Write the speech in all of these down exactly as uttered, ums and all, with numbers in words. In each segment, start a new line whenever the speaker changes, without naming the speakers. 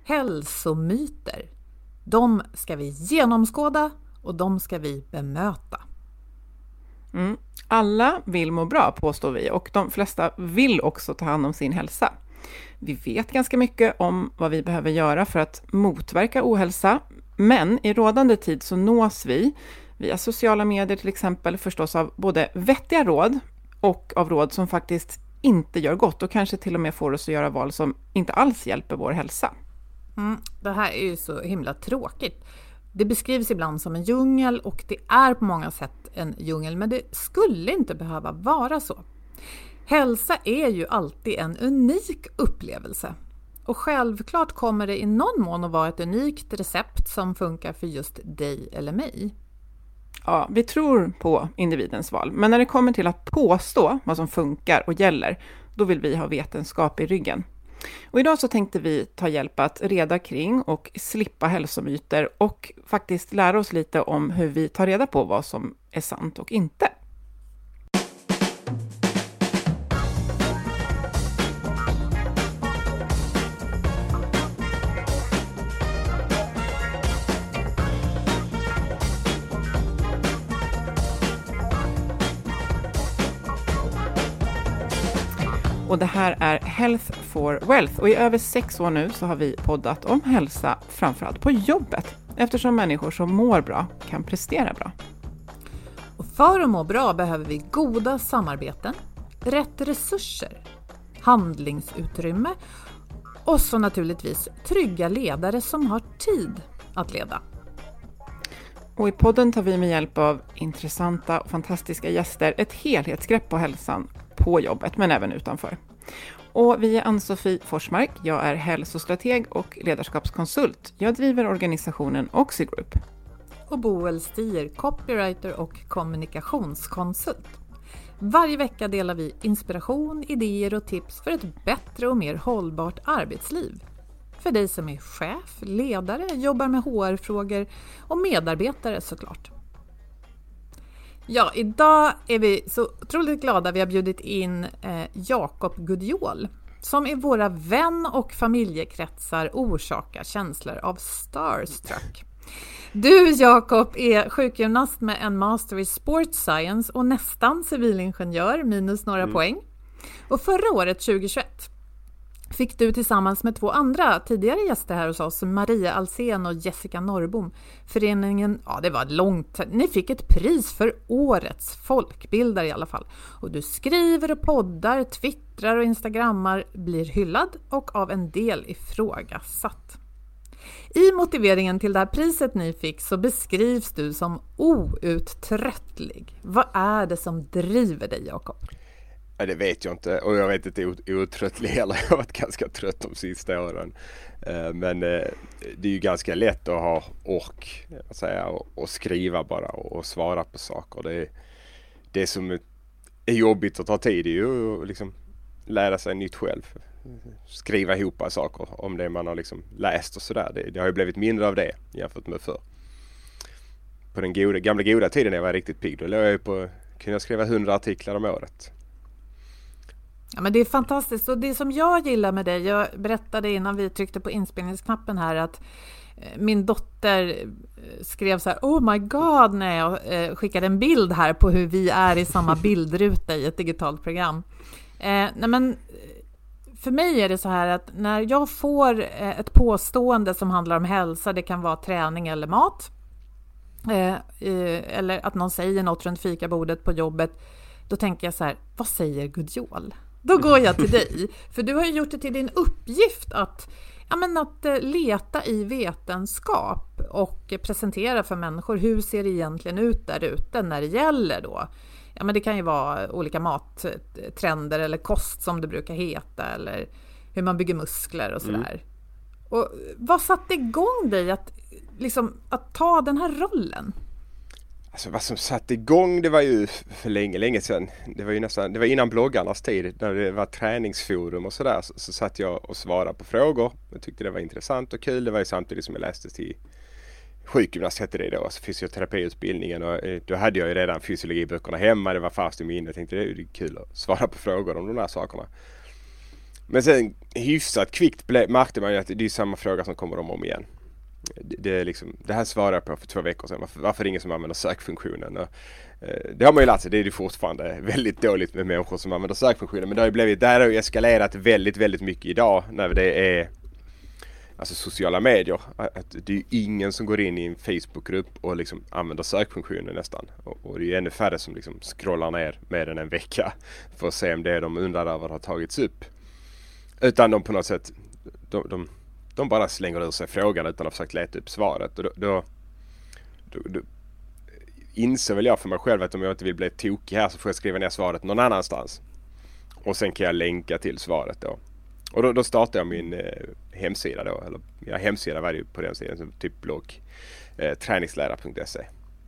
hälsomyter. De ska vi genomskåda och de ska vi bemöta.
Mm. Alla vill må bra, påstår vi, och de flesta vill också ta hand om sin hälsa. Vi vet ganska mycket om vad vi behöver göra för att motverka ohälsa, men i rådande tid så nås vi via sociala medier till exempel förstås av både vettiga råd och av råd som faktiskt inte gör gott och kanske till och med får oss att göra val som inte alls hjälper vår hälsa.
Mm, det här är ju så himla tråkigt. Det beskrivs ibland som en djungel och det är på många sätt en djungel, men det skulle inte behöva vara så. Hälsa är ju alltid en unik upplevelse. Och självklart kommer det i någon mån att vara ett unikt recept som funkar för just dig eller mig.
Ja, vi tror på individens val, men när det kommer till att påstå vad som funkar och gäller, då vill vi ha vetenskap i ryggen. Och idag så tänkte vi ta hjälp att reda kring och slippa hälsomyter och faktiskt lära oss lite om hur vi tar reda på vad som är sant och inte. Och det här är Health for Wealth och i över sex år nu så har vi poddat om hälsa framförallt på jobbet eftersom människor som mår bra kan prestera bra.
Och för att må bra behöver vi goda samarbeten, rätt resurser, handlingsutrymme och så naturligtvis trygga ledare som har tid att leda.
Och i podden tar vi med hjälp av intressanta och fantastiska gäster ett helhetsgrepp på hälsan på jobbet men även utanför. Och vi är Ann-Sofie Forsmark, jag är hälsostrateg och ledarskapskonsult. Jag driver organisationen Oxigroup.
Och Boel Stier, copywriter och kommunikationskonsult. Varje vecka delar vi inspiration, idéer och tips för ett bättre och mer hållbart arbetsliv. För dig som är chef, ledare, jobbar med H R-frågor och medarbetare såklart. Ja, idag är vi så otroligt glada. Vi har bjudit in eh, Jakob Gudiol som i våra vän- och familjekretsar orsakar känslor av starstruck. Du, Jakob, är sjukgymnast med en master i sports science och nästan civilingenjör minus några mm. poäng. Och förra året, tjugohundratjugoett, fick du tillsammans med två andra tidigare gäster här hos oss, Maria Alsen och Jessica Norrbom, föreningen, ja det var långt, ni fick ett pris för årets folkbildare i alla fall. Och du skriver och poddar, twittrar och instagrammar, blir hyllad och av en del ifrågasatt. I motiveringen till det här priset ni fick så beskrivs du som outtröttlig. Vad är det som driver dig, Jakob?
Ja, det vet jag inte och jag vet inte outtröttlig heller. Jag har varit ganska trött de sista åren. Men det är ju ganska lätt att ha ork att säga, och skriva bara och svara på saker. Det, det som är jobbigt att ta tid är ju att liksom lära sig nytt själv. Skriva ihop saker om det man har liksom läst och sådär. Det, det har ju blivit mindre av det jämfört med förr. På den goda, gamla goda tiden när jag var riktigt pigg, då låg jag ju på, kunde jag skriva hundra artiklar om året.
Ja, men det är fantastiskt. Och det som jag gillar med dig, jag berättade innan vi tryckte på inspelningsknappen här att min dotter skrev så här: oh my god, när jag skickade en bild här på hur vi är i samma bildruta i ett digitalt program. Eh, nej men för mig är det så här att när jag får ett påstående som handlar om hälsa, det kan vara träning eller mat, eh, eller att någon säger något runt fikabordet på jobbet, då tänker jag så här: vad säger Gudiol? Då går jag till dig, för du har ju gjort det till din uppgift att, ja, men att leta i vetenskap och presentera för människor hur ser det egentligen ut där ute när det gäller då. Ja, men det kan ju vara olika mattrender eller kost som det brukar heta, eller hur man bygger muskler och sådär. Mm. Och vad satte igång dig att, liksom, att ta den här rollen?
Alltså vad som satte igång, det var ju för länge, länge sedan. Det var ju nästan, det var innan bloggarnas tid, när det var träningsforum och sådär. Så, så satt jag och svarade på frågor. Jag tyckte det var intressant och kul. Det var ju samtidigt som jag läste till sjukgymnast, hette det då, alltså fysioterapiutbildningen. Och då hade jag ju redan fysiologiböckerna hemma. Det var fast i minne. Jag tänkte det är kul att svara på frågor om de här sakerna. Men sen hyfsat kvickt ble, märkte man ju att det är samma fråga som kommer om och om igen. Det, det, är liksom, det här svarade jag på för två veckor sedan. Varför, varför är det ingen som använder sökfunktionen? Och, eh, det har man ju lärt sig. Det är ju fortfarande väldigt dåligt med människor som använder sökfunktionen. Men det har ju blivit, där har ju eskalerat väldigt, väldigt mycket idag när det är alltså sociala medier. Att det är ju ingen som går in i en Facebookgrupp och liksom använder sökfunktionen nästan. Och, och det är ju ännu färre som liksom scrollar ner mer än en vecka för att se om det de undrar över har tagits upp. Utan de på något sätt de, de, de bara slänger ur sig frågan utan att ha försökt leta upp svaret. Och då, då, då, då inser väl jag för mig själv att om jag inte vill bli tokig här så får jag skriva ner svaret någon annanstans. Och sen kan jag länka till svaret då. Och då, då startar jag min eh, hemsida då. Eller ja, hemsida var det ju på den sidan. Typ blogg. Eh, träningslära punkt se.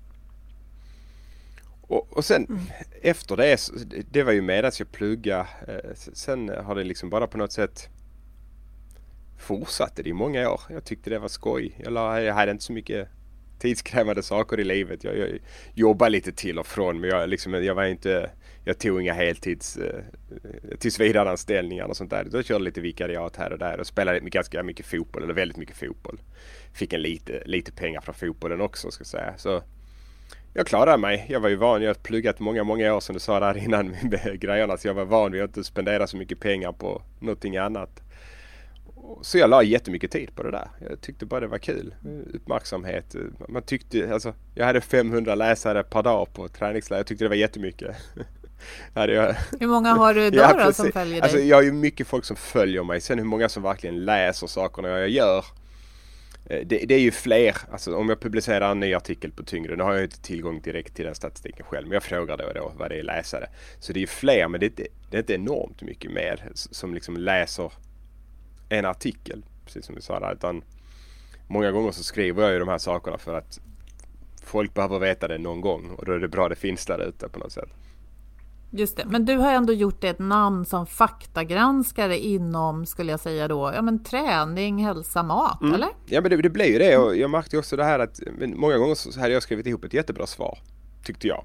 Och, och sen mm. efter det, det var ju med att jag plugga. Eh, sen har det liksom bara på något sätt fortsatte det i många år. Jag tyckte det var skoj. Eller jag hade inte så mycket tidskrävande saker i livet. Jag, jag jobbar lite till och från. Men jag, liksom, jag var inte... Jag tog inga heltids eh, tillsvidareanställningar och sånt där. Då körde lite vikariat här och där och spelade ganska mycket fotboll, eller väldigt mycket fotboll. Fick en lite, lite pengar från fotbollen också, ska jag säga. Så jag klarade mig. Jag var ju van, jag har pluggat många, många år som du sa där innan med grejerna. Så jag var van vid att inte spendera så mycket pengar på någonting annat. Så jag la jättemycket tid på det där. Jag tyckte bara det var kul. Uppmärksamhet. Man tyckte, alltså, jag hade femhundra läsare per dag på träningslära. Jag tyckte det var jättemycket. Jag... Hur
många har du då, ja, då som följer dig?
Alltså, jag har ju mycket folk som följer mig. Sen hur många som verkligen läser sakerna jag gör. Det, det är ju fler. Alltså, om jag publicerar en ny artikel på Tyngre, då har jag inte tillgång direkt till den statistiken själv. Men jag frågar då och då vad det är läsare. Så det är ju fler, men det är inte, det är inte enormt mycket mer som liksom läser en artikel, precis som du sa där. Utan många gånger så skriver jag ju de här sakerna för att folk behöver veta det någon gång. Och då är det bra det finns där ute på något sätt.
Just det, men du har ändå gjort ett namn som faktagranskare inom, skulle jag säga då, ja men träning, hälsa, mat, mm. eller?
Ja, men det, det blir ju det, och jag märkte också det här att men många gånger så hade jag skrivit ihop ett jättebra svar, tyckte jag.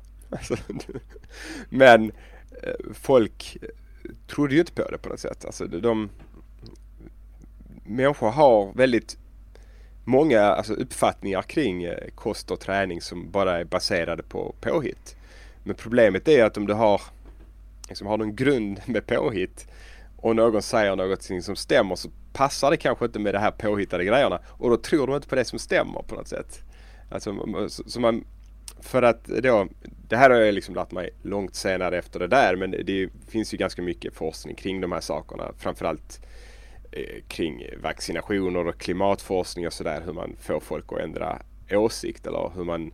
Men eh, folk trodde ju inte på det på något sätt. Alltså de människor har väldigt många alltså, uppfattningar kring eh, kost och träning som bara är baserade på påhitt. Men problemet är att om du har liksom har någon grund med påhitt och någon säger något som stämmer, så passar det kanske inte med det här påhittade grejerna, och då tror de inte på det som stämmer på något sätt. Alltså, så man, för att då, det här har jag liksom lärt mig långt senare efter det där, men det finns ju ganska mycket forskning kring de här sakerna, framförallt eh, kring vaccinationer och klimatforskning och sådär, hur man får folk att ändra åsikt eller hur man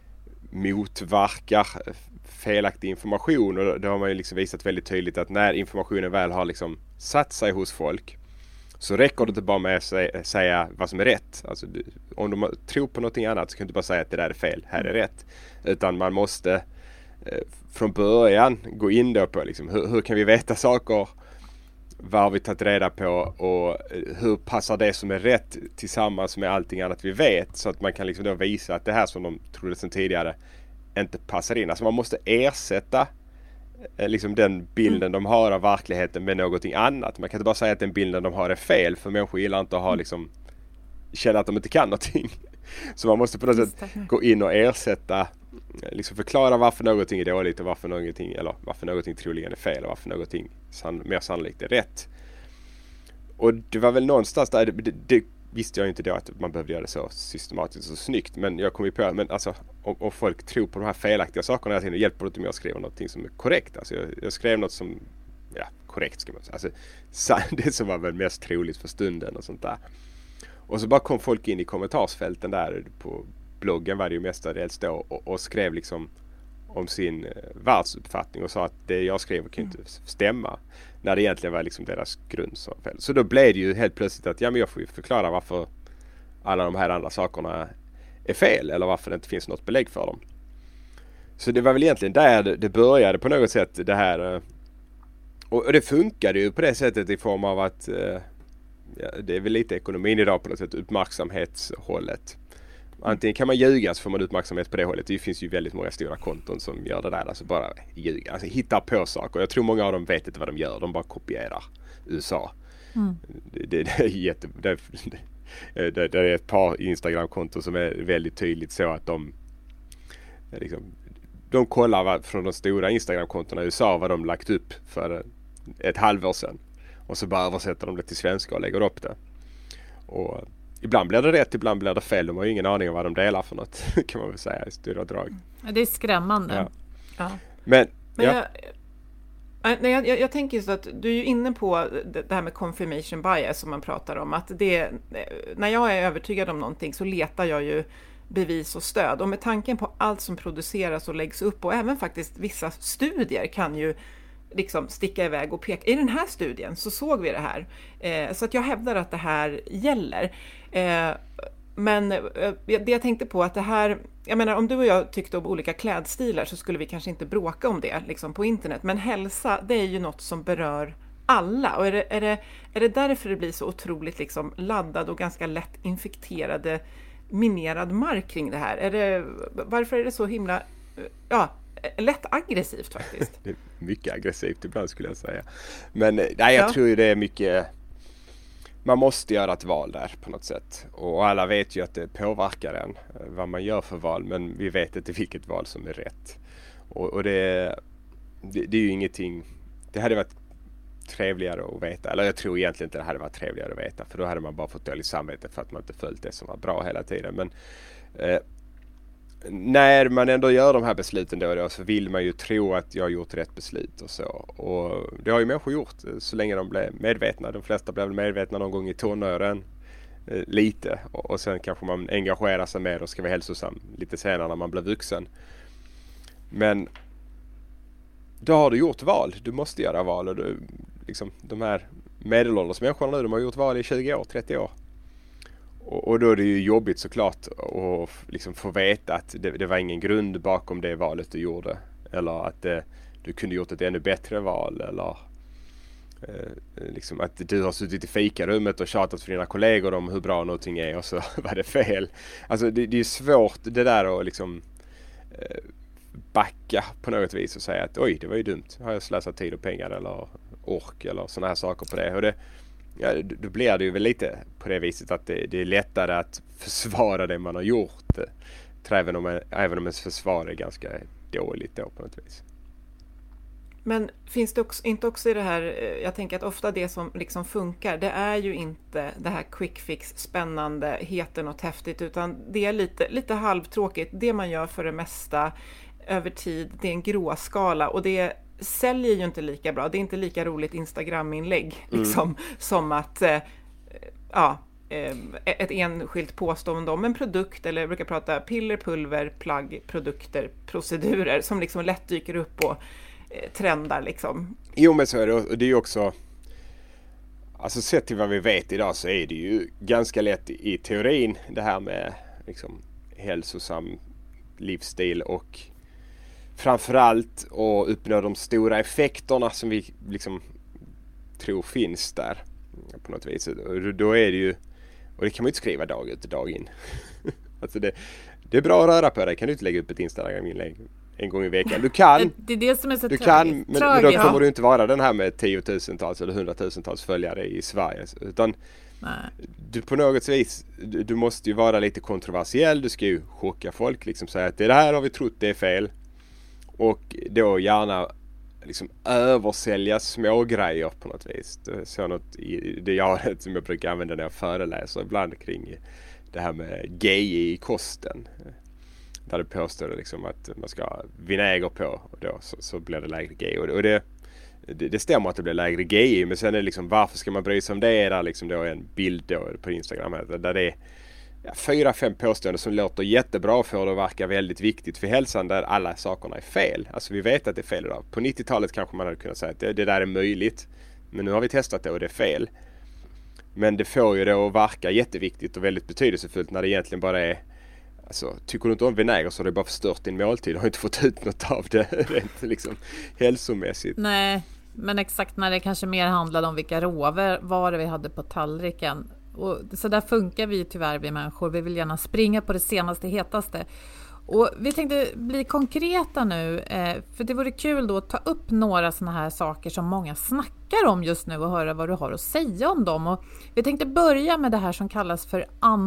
motverkar felaktig information. Och då har man ju liksom visat väldigt tydligt att när informationen väl har liksom satt sig hos folk, så räcker det inte bara med att säga vad som är rätt. Alltså, om de tror på någonting annat så kan du inte bara säga att det där är fel, här är rätt. Utan man måste eh, från början gå in då på liksom, hur, hur kan vi veta saker, vad har vi tagit reda på och hur passar det som är rätt tillsammans med allting annat vi vet, så att man kan liksom då visa att det här som de trodde sedan tidigare inte passar in. Alltså man måste ersätta eh, liksom den bilden de har av verkligheten med någonting annat. Man kan inte bara säga att den bilden de har är fel, för människor gillar inte att ha liksom, känna att de inte kan någonting. Så man måste på något sätt gå in och ersätta, liksom förklara varför någonting är dåligt och varför någonting, eller varför någonting troligen är fel och varför någonting sann, mer sannolikt är rätt. Och det var väl någonstans där, det, det visste jag inte då att man behövde göra det så systematiskt och snyggt, men jag kom ju på, men alltså om, om folk tror på de här felaktiga sakerna hela tiden, hjälper det inte om jag skriver någonting som är korrekt. Alltså jag, jag skrev något som, ja, korrekt ska man säga, alltså det som var väl mest troligt för stunden och sånt där. Och så bara kom folk in i kommentarsfälten där på bloggen, var det ju mestadels då, och, och skrev liksom om sin eh, världsuppfattning och sa att det jag skrev kan inte stämma, när det egentligen var liksom deras grund. Så, så då blev det ju helt plötsligt att ja, men jag får ju förklara varför alla de här andra sakerna är fel, eller varför det inte finns något belägg för dem. Så det var väl egentligen där det, det började på något sätt, det här. Eh, och, och det funkade ju på det sättet i form av att eh, ja, det är väl lite ekonomin idag på något sätt, uppmärksamhetshållet. Antingen kan man ljuga så får man uppmärksamhet på det hållet. Det finns ju väldigt många stora konton som gör det där. Alltså bara ljuga. Alltså hittar på saker. Jag tror många av dem vet inte vad de gör. De bara kopierar U S A. Mm. Det, det, det är jätte... Det, det, det, det är ett par Instagram-konton som är väldigt tydligt så att de liksom, de kollar vad, från de stora Instagram-kontona i U S A vad de lagt upp för ett halvår sedan. Och så bara översätter de det till svenska och lägger upp det. Och ibland blir det rätt, ibland blir det fel. De har ju ingen aning om vad de delar för något, kan man väl säga i stora drag.
Det är skrämmande.
Ja. Ja.
Men,
Men
ja.
jag, nej, jag, jag tänker så att du är ju inne på det här med confirmation bias som man pratar om. Att det, när jag är övertygad om någonting så letar jag ju bevis och stöd. Och med tanken på allt som produceras och läggs upp och även faktiskt vissa studier kan ju liksom sticka iväg och peka. I den här studien så såg vi det här. Eh, så att jag hävdar att det här gäller. Eh, men eh, det jag tänkte på att det här, jag menar om du och jag tyckte om olika klädstilar så skulle vi kanske inte bråka om det liksom på internet. Men hälsa, det är ju något som berör alla. Och är det, är det, är det därför det blir så otroligt liksom laddad och ganska lätt infekterade minerad mark kring det här? Är det, varför är det så himla ja, lätt aggressivt faktiskt?
Det är mycket aggressivt ibland skulle jag säga. Men nej, jag
ja.
tror ju det är mycket... Man måste göra ett val där på något sätt. Och alla vet ju att det påverkar en vad man gör för val. Men vi vet inte vilket val som är rätt. Och, och det, det, det är ju ingenting... Det hade varit trevligare att veta. Eller jag tror egentligen inte det hade varit trevligare att veta. För då hade man bara fått dåligt samvete för att man inte följt det som var bra hela tiden. Men eh, när man ändå gör de här besluten då och då så vill man ju tro att jag har gjort rätt beslut och så. Och det har ju människor gjort så länge de blev medvetna. De flesta blev medvetna någon gång i tonåren. Eh, lite. Och, och sen kanske man engagerar sig mer och ska vara hälsosam lite senare när man blir vuxen. Men då har du gjort val. Du måste göra val. Och du, liksom, de här medelålders människorna nu, de har gjort val i tjugo år, trettio år. Och, och då är det ju jobbigt såklart att liksom få veta att det, det var ingen grund bakom det valet du gjorde. Eller att det, du kunde gjort ett ännu bättre val. Eller eh, liksom att du har suttit i fikarummet och tjatat för dina kollegor om hur bra någonting är och så var det fel. Alltså det, det är svårt det där att liksom... Eh, backa på något vis och säga att oj, det var ju dumt. Har jag slösat tid och pengar eller ork eller sådana här saker på det. Och det, ja, då blir det ju väl lite på det viset att det, det är lättare att försvara det man har gjort. Även om, även om ens försvar är ganska dåligt då på något vis.
Men finns det också, inte också i det här, jag tänker att ofta det som liksom funkar, det är ju inte det här quick fix, spännande, heter något häftigt, utan det är lite, lite halvtråkigt. Det man gör för det mesta över tid, det är en gråskala och det säljer ju inte lika bra. Det är inte lika roligt Instagram-inlägg mm. liksom, som att eh, ja, eh, ett enskilt påstående om en produkt, eller jag brukar prata piller, pulver, plagg, produkter, procedurer som liksom lätt dyker upp och eh, trendar liksom.
Jo, men så är det, och det är ju också alltså sett till vad vi vet idag så är det ju ganska lätt i teorin det här med liksom hälsosam livsstil och framförallt att uppnå de stora effekterna som vi liksom tror finns där på något vis. Och då är det ju, och det kan man ju inte skriva dag ut och dag in. Alltså det, det är bra att röra på dig. Kan du inte lägga upp ett Instagram-inlägg en gång i veckan? Du kan.
Det är det som är så
du
tragiskt.
kan, men, men då kommer
ja.
du inte vara den här med tiotusentals eller hundratusentals följare i Sverige. Utan
Nej.
du på något vis, du, du måste ju vara lite kontroversiell. Du ska ju chocka folk. Liksom säga att det här har vi trott det är fel. Och då gärna liksom översälja små grejer på något vis. Så något i det jag som jag brukar använda när jag föreläser ibland kring det här med G I i kosten. Där det påstår liksom att man ska ha vinäger på och då så, så blir det lägre G I. Och det, det, det stämmer att det blir lägre G I, men sen är det liksom varför ska man bry sig om det? Är där liksom då en bild då på Instagram här, där det är ja, fyra, fem påståenden som låter jättebra för det verkar väldigt viktigt för hälsan där alla sakerna är fel. Alltså vi vet att det är fel idag. På nittiotalet kanske man hade kunnat säga att det, det där är möjligt. Men nu har vi testat det och det är fel. Men det får ju då att verka jätteviktigt och väldigt betydelsefullt när det egentligen bara är alltså, tycker du inte om vinäger så har det bara förstört din måltid. Du har inte fått ut något av det rent liksom hälsomässigt.
Nej, men exakt när det kanske mer handlade om vilka råvaror vi hade på tallriken Och så där funkar vi tyvärr, vi människor. Vi vill gärna springa på det senaste, hetaste. Och vi tänkte bli konkreta nu, för det vore kul då att ta upp några såna här saker som många snackar om just nu och höra vad du har att säga om dem. Och vi tänkte börja med det här som kallas för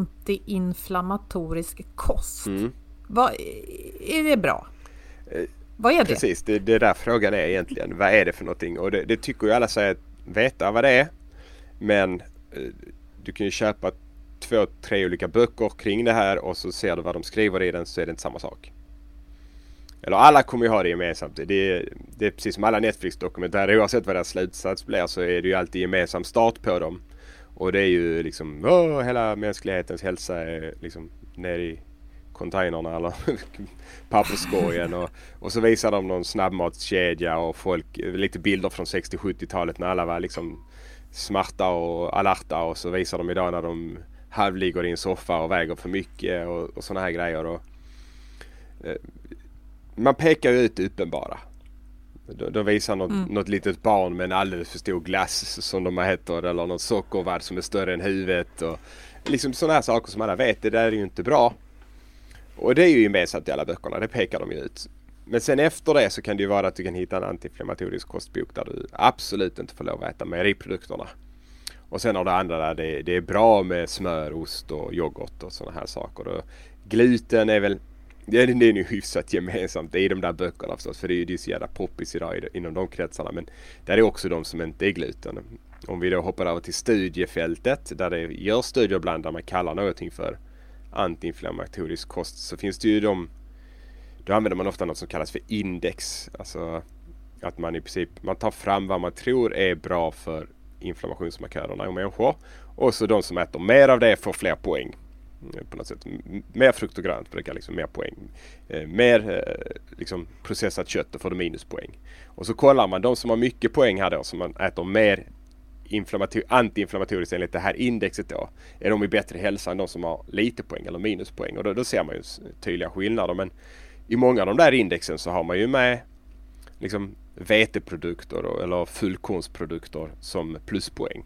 antiinflammatorisk kost. Mm. Vad, är det bra?
Eh,
vad är det?
Precis, det, det är där frågan är egentligen. Vad är det för någonting? Och det, det tycker ju alla säger att veta vad det är. Men eh, du kan ju köpa två, tre olika böcker kring det här och så ser du vad de skriver i den, så är det inte samma sak. Eller alla kommer ju ha det gemensamt. Det är, det är precis som alla Netflix-dokumentärer. Oavsett vad deras slutsats blir så är det ju alltid gemensam start på dem. Och det är ju liksom, åh, hela mänsklighetens hälsa är liksom nere i containerna eller papperskorgen. Och, och så visar de någon snabbmatskedja och folk, lite bilder från sextio-sjuttiotalet när alla var liksom smarta och alerta, och så visar de idag när de halvligger i en soffa och väger för mycket och, och såna här grejer. Och, eh, man pekar ju ut det uppenbara. De, de visar något, mm. något litet barn med en alldeles för stor glass som de heter, eller något sockervadd som är större än huvudet. Och liksom sådana här saker som alla vet, det där är ju inte bra. Och det är ju gemensamt i alla böckerna, det pekar de ju ut. Men sen efter det så kan det ju vara att du kan hitta en antiinflammatorisk kostbok där du absolut inte får lov att äta mejeriprodukterna. Och sen har det andra där det, det är bra med smör, ost och yoghurt och sådana här saker. Och gluten är väl, det är, det är ju hyfsat gemensamt i de där böckerna förstås, för det är ju det är så jävla poppis idag inom de kretsarna. Men där är också de som inte är gluten. Om vi då hoppar över till studiefältet där det görs studier ibland där man kallar någonting för antiinflammatorisk kost, så finns det ju de, då använder man ofta något som kallas för index. Alltså att man i princip, man tar fram vad man tror är bra för inflammationsmarkörerna i människor. Och så de som äter mer av det får fler poäng. På något sätt. Mer frukt och grönt brukar liksom mer poäng. Eh, mer eh, liksom processat kött, då får de minuspoäng. Och så kollar man de som har mycket poäng här då, som man äter mer inflammator- antiinflammatoriskt enligt det här indexet då, är de i bättre hälsa än de som har lite poäng eller minuspoäng. Och då, då ser man ju tydliga skillnader. Men i många av de där indexen så har man ju med liksom veteprodukter eller fullkornsprodukter som pluspoäng.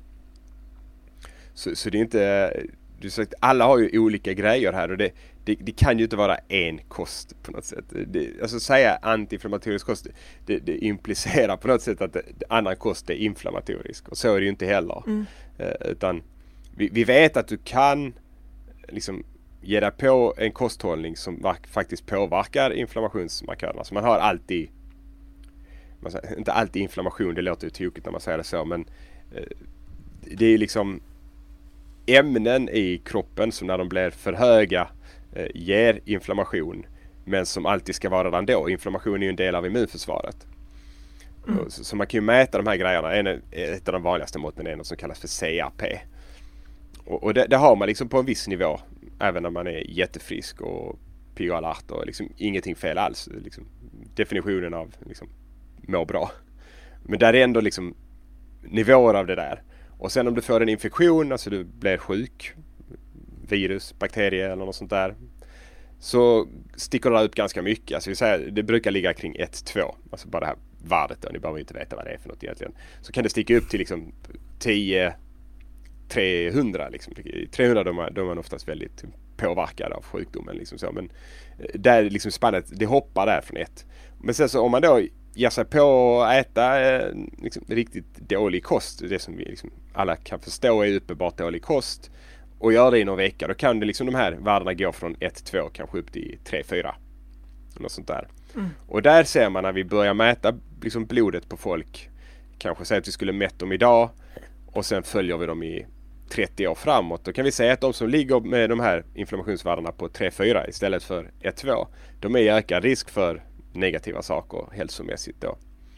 Så, så det är inte, du sagt, alla har ju olika grejer här, och det, det, det kan ju inte vara en kost på något sätt. Det, alltså säga antiinflammatorisk kost, det, det implicerar på något sätt att det, annan kost är inflammatorisk, och så är det ju inte heller. Mm. Uh, utan vi, vi vet att du kan liksom ge dig på en kosthållning som va- faktiskt påverkar inflammationsmarkörerna. Så man har alltid, man säger, inte alltid inflammation, det låter ju tokigt när man säger det så, men uh, det är liksom ämnen i kroppen som när de blir för höga eh, ger inflammation, men som alltid ska vara där då. Inflammation är ju en del av immunförsvaret. Mm. Så, så man kan ju mäta de här grejerna. En, ett av de vanligaste måtten är något som kallas för C R P. Och, och det, det har man liksom på en viss nivå, även när man är jättefrisk och pigg och alert och liksom ingenting fel alls. Liksom, definitionen av liksom, må bra. Men där är ändå liksom nivåer av det där. Och sen om du får en infektion, alltså du blir sjuk, virus, bakterie eller något sånt där, så sticker det upp ganska mycket. Alltså vi säger, det brukar ligga kring ett till två. Alltså bara det här värdet då, ni behöver inte veta vad det är för något egentligen. Så kan det sticka upp till liksom tio trehundra. Liksom. trehundra då är, då är man oftast väldigt påverkad av sjukdomen. Liksom så. Men där liksom spannet, det hoppar där från ett. Men sen så om man då ger sig på att äta eh, liksom, riktigt dålig kost, det som vi liksom, alla kan förstå är uppenbart dålig kost, och gör det i några veckor, då kan det liksom de här värdena gå från ett till två kanske upp till tre fyra. Något sånt där. Mm. Och där ser man när vi börjar mäta liksom, blodet på folk, kanske säga att vi skulle mäta dem idag och sen följer vi dem i trettio år framåt, då kan vi säga att de som ligger med de här inflammationsvärdena på tre fyra istället för ett två, de är i ökad risk för negativa saker hälsomässigt då.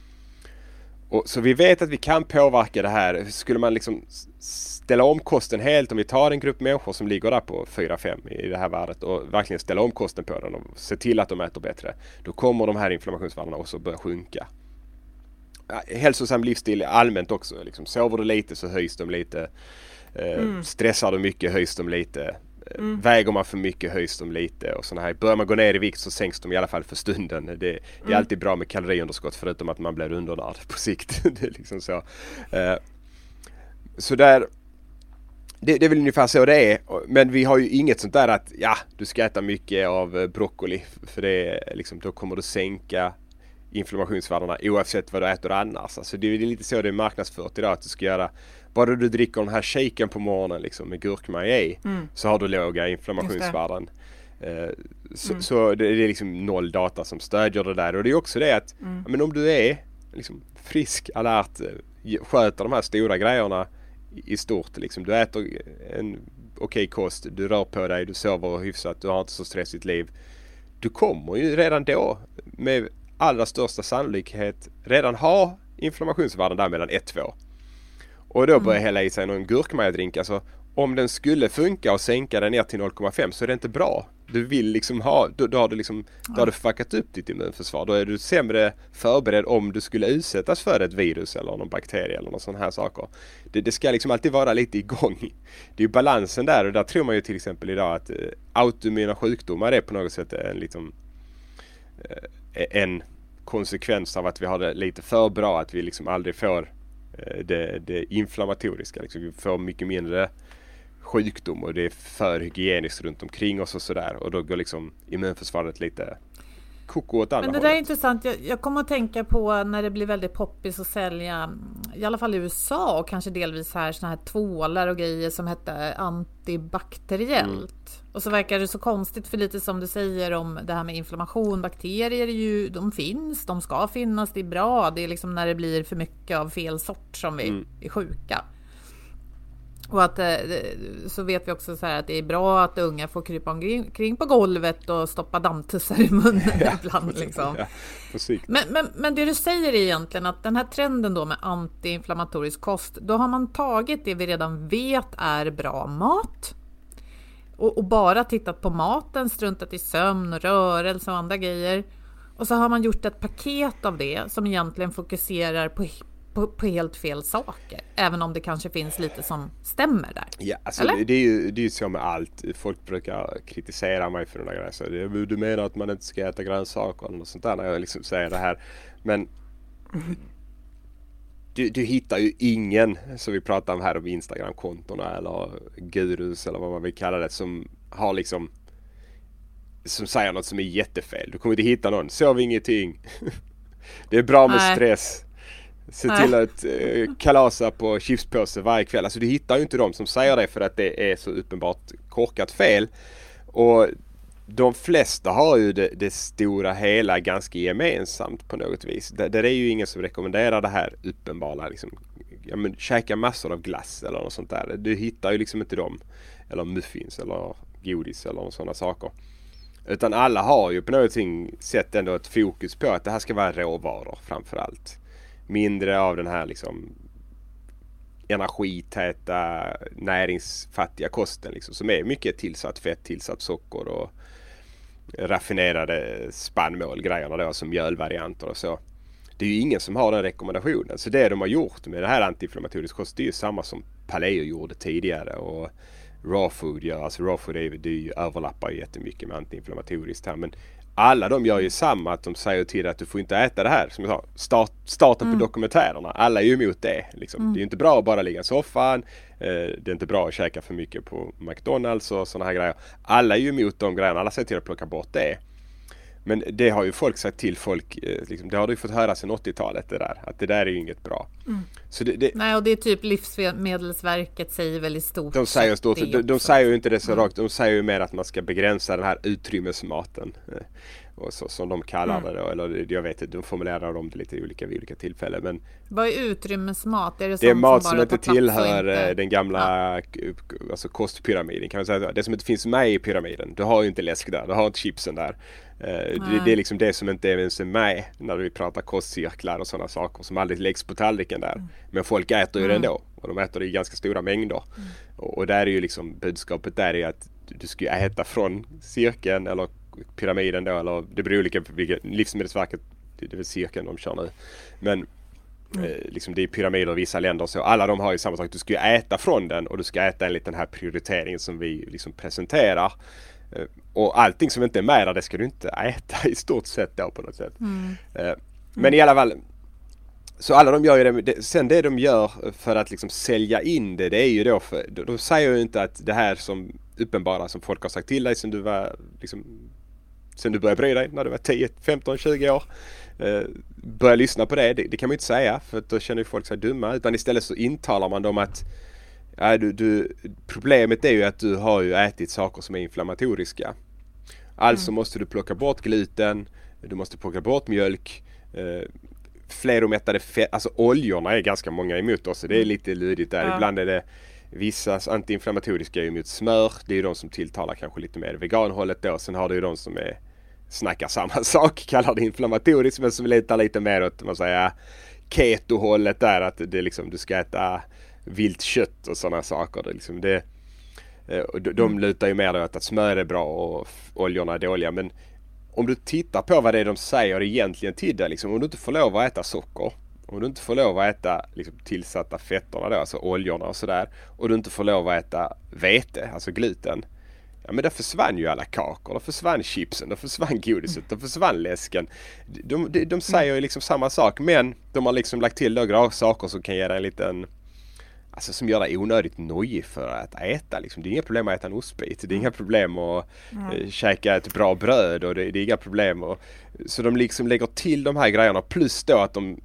Och så vi vet att vi kan påverka det här. Skulle man liksom ställa om kosten helt, om vi tar en grupp människor som ligger där på fyra fem i det här värdet och verkligen ställa om kosten på den och se till att de äter bättre, då kommer de här inflammationsvärdena också börja sjunka. Hälsosam livsstil allmänt också. Liksom, sover du lite så höjs de lite. Eh, mm. Stressar du mycket höjs de lite. Mm. Väger man för mycket höjs de lite och såna här. Börjar man gå ner i vikt så sänks de i alla fall för stunden. Det, det är mm. alltid bra med kaloriunderskott, förutom att man blir undernärd på sikt. Det är liksom så. Eh, så där, det, det är väl ungefär så det är. Men vi har ju inget sånt där att ja, du ska äta mycket av broccoli. För det är liksom, då kommer du sänka inflammationsvärdena oavsett vad du äter annars. Alltså det är lite så det är marknadsfört idag, att du ska göra, bara du dricker den här shaken på morgonen liksom, med gurkmaja i, mm. så har du låga inflammationsvärden. Uh, så, mm. så det är liksom noll data som stödjer det där. Och det är också det att mm. men om du är liksom frisk, alert, sköter de här stora grejerna i, i stort, liksom, du äter en okej okay kost, du rör på dig, du sover hyfsat, du har inte så stressigt liv, du kommer ju redan då med allra största sannolikhet redan ha inflammationsvärden där mellan ett till två. Och då börjar mm. hälla i sig någon gurkmajadrink. Alltså om den skulle funka och sänka den ner till noll komma fem så är det inte bra. Du vill liksom ha, då, då har du liksom, då har du fuckat upp ditt immunförsvar. Då är du sämre förberedd om du skulle utsättas för ett virus eller någon bakterie eller någon sån här saker. Det, det ska liksom alltid vara lite igång. Det är ju balansen där, och där tror man ju till exempel idag att eh, autoimmuna sjukdomar är på något sätt en liksom eh, en konsekvens av att vi har det lite för bra, att vi liksom aldrig får eh, det, det inflammatoriska. Liksom. Vi får mycket mindre sjukdom och det är för hygieniskt runt omkring oss och sådär. Och då går liksom immunförsvaret lite koko åt andra
Men det
hållet.
där är intressant. Jag, jag kommer att tänka på när det blir väldigt poppis att sälja, i alla fall i U S A och kanske delvis här, såna här tvålar och grejer som hette antibakteriellt. Mm. Och så verkar det så konstigt, för lite som du säger om det här med inflammation. Bakterier är ju, de finns, de ska finnas, det är bra. Det är liksom när det blir för mycket av fel sort som vi mm. är sjuka. Och att så vet vi också så här att det är bra att unga får krypa omkring på golvet och stoppa dammtussar i munnen ja, ibland liksom. Ja, men, men, men det du säger är egentligen att den här trenden då med antiinflammatorisk kost, då har man tagit det vi redan vet är bra mat och, och bara tittat på maten, struntat i sömn och rörelse och andra grejer. Och så har man gjort ett paket av det som egentligen fokuserar på På, på helt fel saker, även om det kanske finns lite som stämmer där.
Ja, alltså det, det är ju det är ju så med allt. Folk brukar kritisera mig för den här grejen. Så det, du menar att man inte ska äta grönsaker eller något sånt där när jag liksom säger det här. Men mm. du, du hittar ju ingen, som vi pratar om här, om Instagram-kontona eller gurus eller vad man vill kalla det, som har liksom som säger något som är jättefel. Du kommer inte hitta någon. Sov ingenting. Det är bra med Nej. stress. Se till Nej. att eh, kalasa på chipspåse varje kväll. Alltså du hittar ju inte de som säger det, för att det är så uppenbart korkat fel. Och de flesta har ju det, det stora hela ganska gemensamt på något vis. Det, det är ju ingen som rekommenderar det här uppenbara liksom, ja, men, käka massor av glass eller något sånt där. Du hittar ju liksom inte dem. Eller muffins eller godis eller sådana saker. Utan alla har ju på något sätt ändå ett fokus på att det här ska vara råvaror framförallt. Mindre av den här liksom energitäta, näringsfattiga kosten liksom, som är mycket tillsatt fett, tillsatt socker och raffinerade spannmål, grejerna då, som mjölvarianter och så. Det är ju ingen som har den rekommendationen. Så det de har gjort med det här antiinflammatorisk kost, det är ju samma som Paleo gjorde tidigare, och raw food gör, alltså raw food är, det är ju, överlappar ju jättemycket med antiinflammatoriskt här, men alla de gör ju samma, att de säger till att du får inte äta det här, som jag sa, start, starten mm. på dokumentärerna, alla är ju emot det liksom. Mm. Det är ju inte bra att bara ligga i soffan, eh, det är inte bra att käka för mycket på McDonalds och sådana här grejer. Alla är ju emot de grejerna, alla säger till att plocka bort det. Men det har ju folk sagt till folk, eh, liksom, det har du ju fått höra sedan åttiotalet det där, att det där är ju inget bra. Mm. Så det, det,
Nej, och det är typ Livsmedelsverket säger väl i stort.
De säger stort, de, de säger ju inte det så mm. rakt, de säger ju mer att man ska begränsa den här utrymmesmaten. Eh, och så, som de kallar mm. det då, eller jag vet inte, de formulerar dem det lite olika vid olika tillfällen. Men
vad är utrymmesmat? Är det,
det är mat
som,
som inte tillhör
inte...
den gamla ja. alltså kostpyramiden, kan man säga. Det som inte finns med i pyramiden. Du har ju inte läsk där, du har inte chipsen där. Uh, det, det är liksom det som inte ens är med när vi pratar kostcirklar och sådana saker som aldrig läggs på tallriken där. Mm. Men folk äter ju mm. det ändå, och de äter det i ganska stora mängder. Mm. Och, och där är ju liksom budskapet där är att du ska äta från cirkeln eller pyramiden då, eller det beror olika på vilket Livsmedelsverket, det är väl cirkeln de kör nu. Men mm. eh, liksom det är pyramider i vissa länder, så alla de har ju samma sak. Du ska ju äta från den, och du ska äta enligt den här prioriteringen som vi liksom presenterar. Eh, och allting som inte är med där, det ska du inte äta i stort sett då på något sätt. Mm. Eh, men mm. i alla fall, så alla de gör ju det. Sen det de gör för att liksom sälja in det, det är ju då för, de säger ju inte att det här som uppenbara som folk har sagt till dig sen du var liksom, sen du började bry dig när du var tio, femton, tjugo år. Eh, börja lyssna på det, det, det kan man ju inte säga för att då känner ju folk sig dumma, utan istället så intalar man dem att ja, du, du, problemet är ju att du har ju ätit saker som är inflammatoriska. Alltså mm. måste du plocka bort gluten, du måste plocka bort mjölk, eh, fleromättade fett, alltså oljorna är ganska många emot oss, så det är lite lydigt där. Ja. Ibland är det vissa antiinflammatoriska är emot smör, det är ju de som tilltalar kanske lite mer veganhållet då. Sen har du ju de som är, snackar samma sak, kallar det inflammatoriskt, men som letar lite mer åt man säger, keto-hållet där, att det liksom, du ska äta vilt kött och sådana saker. Det liksom det, de, de lutar ju mer åt att smör är bra och oljorna är dåliga, men om du tittar på vad det är de säger egentligen till dig, liksom, om du inte får lov att äta socker, om du inte får lov att äta liksom, tillsatta fetterna då, alltså oljorna och sådär, och du inte får lov att äta vete, alltså gluten, ja men då försvann ju alla kakor, då försvann chipsen, då försvann godiset, då försvann läsken. De, de, de säger ju liksom samma sak, men de har liksom lagt till några saker som kan ge dig en liten, alltså som gör dig onödigt nojig för att äta. Liksom. Det är inga problem att äta en ostbit. Det är inga problem att mm. eh, käka ett bra bröd. Och det, det är inga problem. Och, så de liksom lägger till de här grejerna. Plus då att de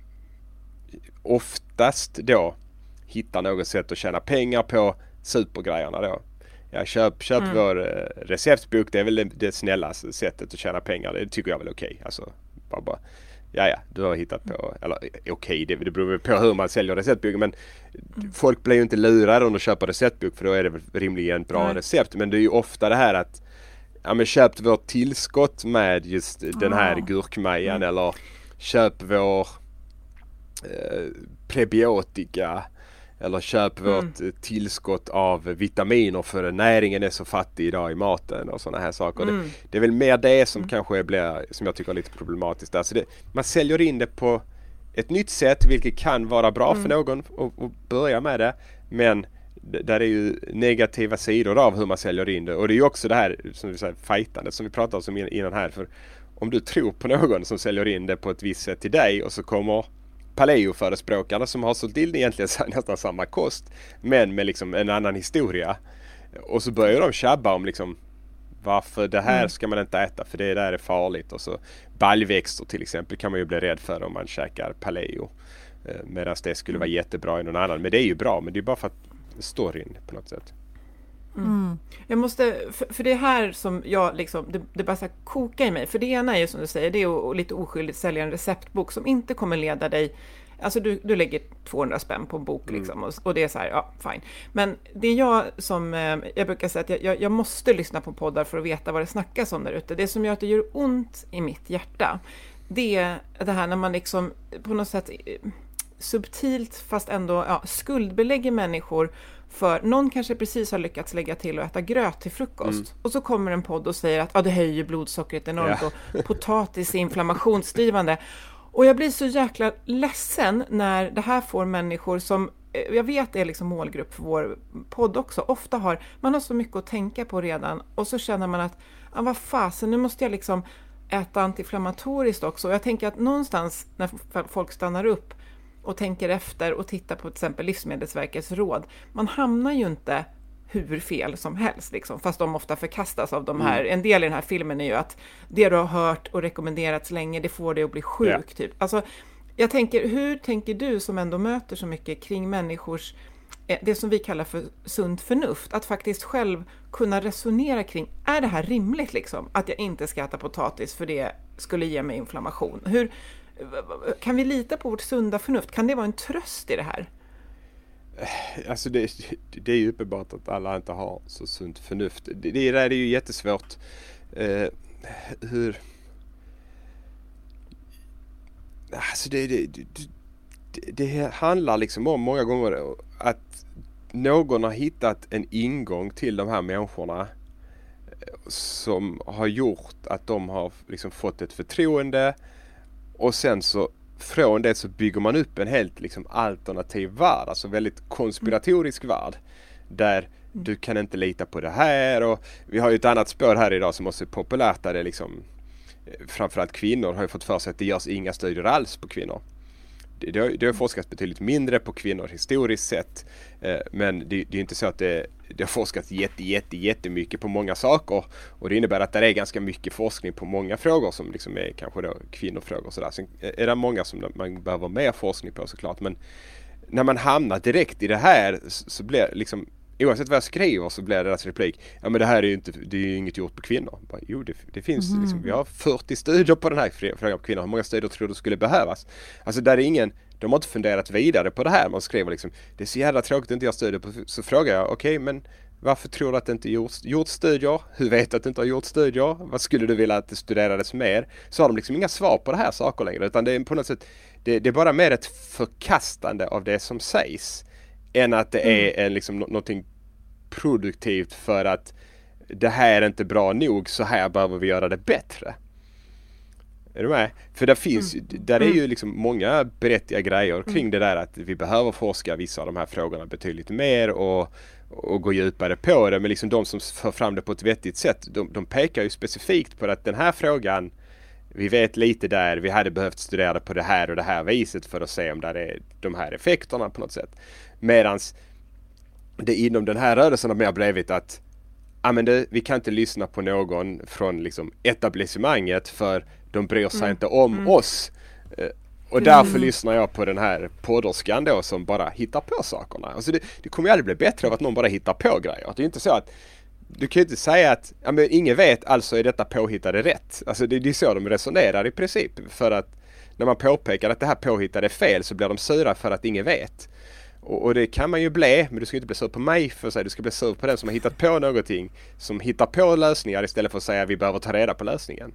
oftast då hittar något sätt att tjäna pengar på supergrejerna då. Ja, köp, köp mm. vår eh, receptbok. Det är väl det, det snällaste sättet att tjäna pengar. Det tycker jag väl okej. Okay. Alltså, bara, bara. Ja, ja, du har hittat på, eller okej, okay, det, det beror på hur man säljer receptbok, men mm. folk blir ju inte lurade om de köper receptbok, för då är det väl rimligen bra mm. recept, men det är ju ofta det här att ja, men köp vårt tillskott med just den här oh. gurkmejan mm. eller köp vår eh, prebiotika eller köp mm. vårt tillskott av vitaminer för näringen är så fattig idag i maten och sådana här saker. Mm. Det, det är väl mer det som mm. kanske blir, som jag tycker är lite problematiskt där. Så det, man säljer in det på ett nytt sätt, vilket kan vara bra mm. för någon att börja med det. Men där är ju negativa sidor av hur man säljer in det. Och det är ju också det här som vi säger, fajtandet som vi pratade om innan här. För om du tror på någon som säljer in det på ett visst sätt till dig och så kommer paleo-förespråkarna som har sålt in egentligen nästan samma kost, men med liksom en annan historia. Och så börjar de tjabba om liksom varför det här ska man inte äta, för det där är farligt. Och så baljväxter till exempel kan man ju bli rädd för om man käkar paleo. Medan det skulle vara jättebra i någon annan. Men det är ju bra, men det är bara för att storyn på något sätt.
Mm. Jag måste, för, för det här som jag liksom, det, det bara så här kokar i mig, för det ena är ju som du säger, det är att lite oskyldigt sälja en receptbok som inte kommer leda dig, alltså du, du lägger tvåhundra spänn på en bok mm. liksom, och, och det är så här, ja, fine. Men det är jag som, eh, jag brukar säga att jag, jag, jag måste lyssna på poddar för att veta vad det snackas om där ute. Det som gör att det gör ont i mitt hjärta, det är det här när man liksom på något sätt subtilt fast ändå ja, skuldbelägger människor. För någon kanske precis har lyckats lägga till och äta gröt till frukost. Mm. Och så kommer en podd och säger att ah, det höjer blodsockret enormt ja. och potatis är inflammationsdrivande. Och jag blir så jäkla ledsen när det här får människor som, jag vet är liksom målgrupp för vår podd också, ofta har, man har så mycket att tänka på redan. Och så känner man att, ah, vad fasen, nu måste jag liksom äta antiinflammatoriskt också. Och jag tänker att någonstans när folk stannar upp och tänker efter och tittar på till exempel Livsmedelsverkets råd. Man hamnar ju inte hur fel som helst, liksom, fast de ofta förkastas av de här. Mm. En del i den här filmen är ju att det du har hört och rekommenderats länge, det får dig att bli sjuk. Yeah. Typ. Alltså, jag tänker, hur tänker du som ändå möter så mycket kring människors, det som vi kallar för sunt förnuft, att faktiskt själv kunna resonera kring, är det här rimligt liksom, att jag inte ska äta potatis för det skulle ge mig inflammation? Hur kan vi lita på vårt sunda förnuft? Kan det vara en tröst i det här?
Alltså det, det är ju uppenbart att alla inte har så sunt förnuft. Det, det är ju jättesvårt. Eh, hur... Alltså det, det, det, det handlar liksom om många gånger att någon har hittat en ingång till de här människorna som har gjort att de har liksom fått ett förtroende. Och sen så från det så bygger man upp en helt liksom alternativ värld, alltså väldigt konspiratorisk mm. värld där du kan inte lita på det här. Och vi har ju ett annat spår här idag som också är populärt där det liksom framförallt kvinnor har ju fått för sig att det görs inga studier alls på kvinnor. det, har, det har forskats betydligt mindre på kvinnor historiskt sett. Eh, men det, det är inte så att det, det har forskats jätte, jätte, jättemycket på många saker. Och det innebär att det är ganska mycket forskning på många frågor som liksom är kanske då kvinnofrågor och sådär. Sen är det många som man behöver mer forskning på såklart. Men när man hamnar direkt i det här så blir liksom, oavsett vad jag skriver så blir deras replik, ja men det här är ju inte, det är ju inget gjort på kvinnor. Bara, jo, det, det finns mm. liksom, vi har fyrtio studier på den här frågan på kvinnor. Hur många studier tror du skulle behövas? Alltså där är ingen, de har inte funderat vidare på det här. Man skriver liksom, det är så jävla tråkigt att inte göra studier på. Så frågar jag, okej okay, men varför tror du att det inte gjorts gjort studier? Hur vet du att det inte har gjort studier? Vad skulle du vilja att det studerades mer? Så har de liksom inga svar på det här saker längre. Utan det är på något sätt, det, det är bara mer ett förkastande av det som sägs. Än att det är en, liksom, någonting produktivt för att det här är inte bra nog, så här behöver vi göra det bättre. Är du med? För där finns mm. där är ju liksom många berättiga grejer kring mm. det där att vi behöver forska vissa av de här frågorna betydligt mer och, och gå djupare på det. Men liksom de som för fram det på ett vettigt sätt, de, de pekar ju specifikt på att den här frågan, vi vet lite där, vi hade behövt studera det på det här och det här viset för att se om det är de här effekterna på något sätt. Medans det inom den här rörelsen har mer blivit att ja, men det, vi kan inte lyssna på någon från liksom etablissemanget för de bryr sig mm. inte om mm. oss. Och därför mm. lyssnar jag på den här podderskan då som bara hittar på sakerna. Alltså det, det kommer ju aldrig bli bättre av att någon bara hittar på grejer. Det är inte så att du kan ju inte säga att ja, men ingen vet, alltså är detta påhittade rätt. Alltså det, det är så de resonerar i princip. För att när man påpekar att det här påhittade är fel så blir de sura för att ingen vet. Och, och det kan man ju bli, men du ska inte bli sur på mig för att säga, du ska bli sur på den som har hittat på någonting, som hittar på lösningar istället för att säga att vi behöver ta reda på lösningen.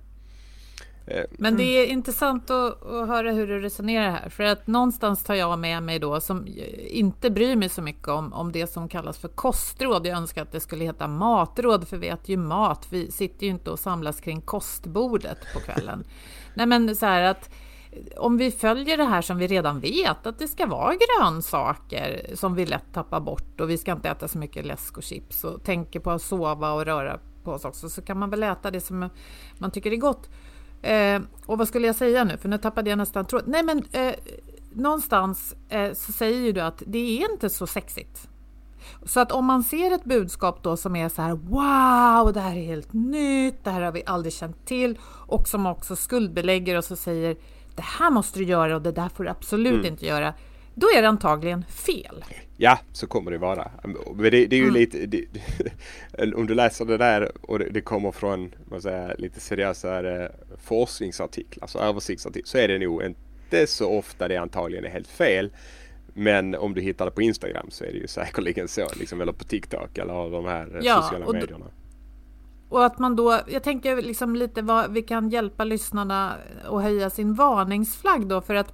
Men det är intressant att, att höra hur du resonerar här. För att någonstans tar jag med mig då, som inte bryr mig så mycket om, om det som kallas för kostråd. Jag önskar att det skulle heta matråd, för vi äter ju mat. Vi sitter ju inte och samlas kring kostbordet på kvällen. Nej, men så här att om vi följer det här som vi redan vet, att det ska vara grönsaker som vi lätt tappar bort, och vi ska inte äta så mycket läsk och chips, och tänker på att sova och röra på oss också, så kan man väl äta det som man tycker är gott. Eh, och vad skulle jag säga nu? För nu tappade jag nästan tråd. Nej, men eh, någonstans eh, så säger ju du att det är inte så sexigt. Så att om man ser ett budskap då som är så här, wow, det här är helt nytt, det här har vi aldrig känt till, och som också skuldbelägger och så säger, det här måste du göra och det där får du absolut mm. inte göra, då är det antagligen fel.
Ja, så kommer det vara. Men det, det är ju mm. lite, det, om du läser det där och det, det kommer från vad säger, lite seriösare forskningsartiklar, alltså översiktsartiklar, så är det nog inte så ofta det antagligen är helt fel. Men om du hittar det på Instagram så är det ju säkerligen så, liksom, eller på TikTok eller de här ja, sociala och medierna. D-
och att man då, jag tänker liksom lite vad vi kan hjälpa lyssnarna att höja sin varningsflagg då, för att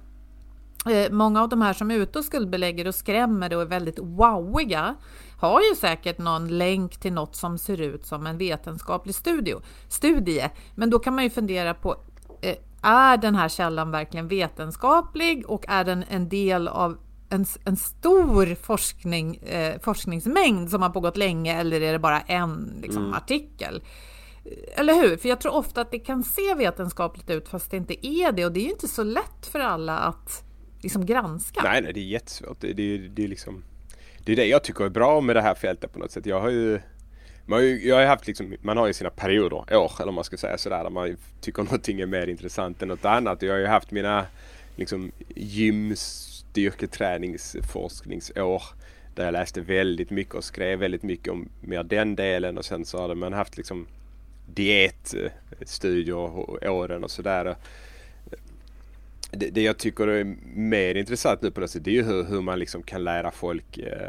eh, många av de här som är ute och skuldbelägger och skrämmer och är väldigt wowiga har ju säkert någon länk till något som ser ut som en vetenskaplig studio, studie. Men då kan man ju fundera på, eh, är den här källan verkligen vetenskaplig, och är den en del av En, en stor forskning, eh, forskningsmängd som har pågått länge, eller är det bara en liksom, mm. artikel? Eller hur? För jag tror ofta att det kan se vetenskapligt ut fast det inte är det, och det är ju inte så lätt för alla att liksom, granska.
Nej, nej, det är jättesvårt. Det, det, det, är liksom, det är det jag tycker är bra med det här fältet på något sätt. Jag har ju, man har ju, jag har haft liksom, man har ju sina perioder, år, eller man ska säga sådär, där man tycker någonting är mer intressant än något annat. Jag har ju haft mina liksom, gyms styrketräningsforskningsår där jag läste väldigt mycket och skrev väldigt mycket om mer den delen, och sen så har man haft liksom dietstudier och åren och sådär. Det, det jag tycker är mer intressant nu på det sättet, det är ju hur, hur man liksom kan lära folk eh,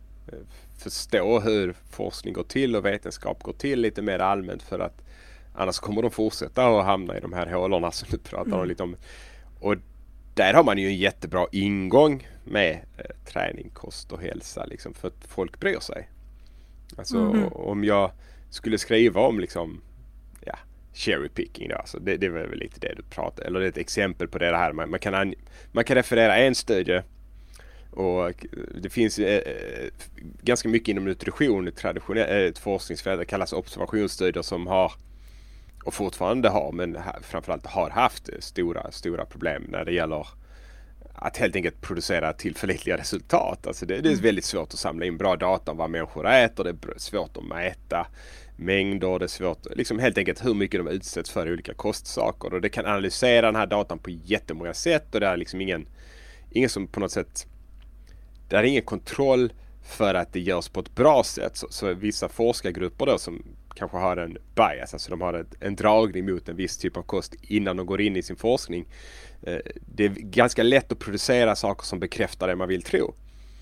förstå hur forskning går till och vetenskap går till lite mer allmänt, för att annars kommer de fortsätta att hamna i de här hålorna som du pratar mm. om lite om. Och där har man ju en jättebra ingång med eh, träning, kost och hälsa, liksom, för att folk bryr sig. Alltså mm-hmm. om jag skulle skriva om liksom, ja, cherry picking då, alltså, det, det var väl lite det du pratade, eller det är ett exempel på det här. Man, man, kan, an, man kan referera en studie, och det finns eh, ganska mycket inom nutrition, traditionellt ett forskningsfält, det kallas observationsstudier, som har och fortfarande har, men framförallt har haft stora, stora problem när det gäller att helt enkelt producera tillförlitliga resultat. Alltså det, det är väldigt svårt att samla in bra data om vad människor äter. Det är svårt att mäta mängder. Det är svårt, liksom helt enkelt hur mycket de utsätts för olika kostsaker. Och det kan analysera den här datan på jättemånga sätt. Och det är liksom ingen, ingen som på något sätt... Det är ingen kontroll för att det görs på ett bra sätt. Så, så vissa forskargrupper då som kanske har en bias, alltså de har ett, en dragning mot en viss typ av kost innan de går in i sin forskning. Eh, det är ganska lätt att producera saker som bekräftar det man vill tro.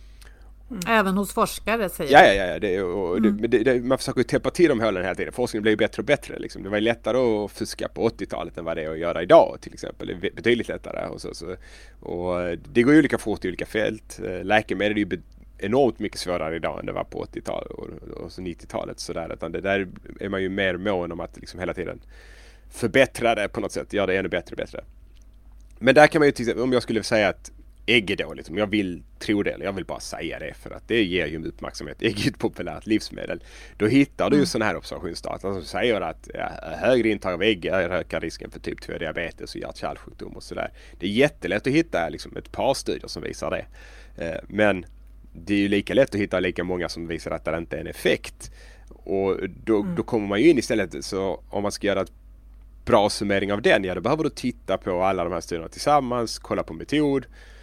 Mm. Även hos forskare säger
ja, ja, ja. Det, och mm. det, det, man försöker ju täppa till de hålen hela tiden. Forskningen blir ju bättre och bättre. Liksom. Det var ju lättare att fuska på åttiotalet än vad det är att göra idag till exempel. Det är betydligt lättare. Och så, så. Och det går ju olika fort i olika fält. Läkemedel är ju enormt mycket svårare idag än det var på åttiotalet och, och så nittiotalet. Så där. Utan det där är man ju mer mån om att liksom hela tiden förbättra det på något sätt. Göra det ännu bättre och bättre. Men där kan man ju till exempel, om jag skulle säga att ägg är dåligt, om jag vill tro det, eller jag vill bara säga det för att det ger ju uppmärksamhet. Ägg är ett populärt livsmedel. Då hittar du ju mm. sådana här observationsdata som säger att ja, högre intag av ägg ökar risken för typ två diabetes och hjärt-kärlsjukdom och sådär. Det är jättelätt att hitta liksom, ett par studier som visar det. Eh, men det är ju lika lätt att hitta lika många som visar att det inte är en effekt. Och då, mm. då kommer man ju in istället, så om man ska göra ett bra summering av den, ja då behöver du titta på alla de här studierna tillsammans, kolla på metod.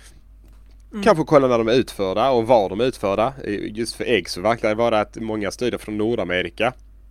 Mm. Kanske kolla när de är utförda och var de är utförda. Just för ägg så verkar det vara att många studier från Nordamerika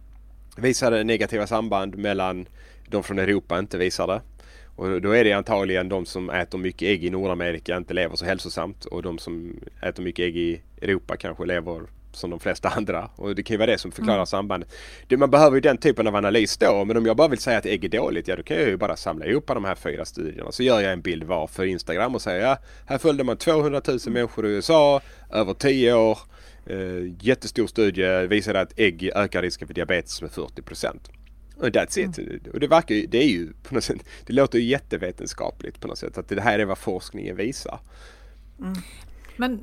visade negativa samband mellan de från Europa inte visade. Och då är det antagligen de som äter mycket ägg i Nordamerika inte lever så hälsosamt. Och de som äter mycket ägg i Europa kanske lever som de flesta andra. Och det kan ju vara det som förklarar mm. sambandet. Det, man behöver ju den typen av analys då. Men om jag bara vill säga att ägg är dåligt, ja då kan jag ju bara samla ihop de här fyra studierna. Så gör jag en bild var för Instagram och säger ja, här följde man tvåhundratusen människor i U S A över tio år. Eh, jättestor studie visade att ägg ökar risken för diabetes med fyrtio procent. Och that's it. Mm. Och det verkar ju, det är ju på något sätt, det låter ju jättevetenskapligt på något sätt. Att det här är vad forskningen visar.
Mm. Men,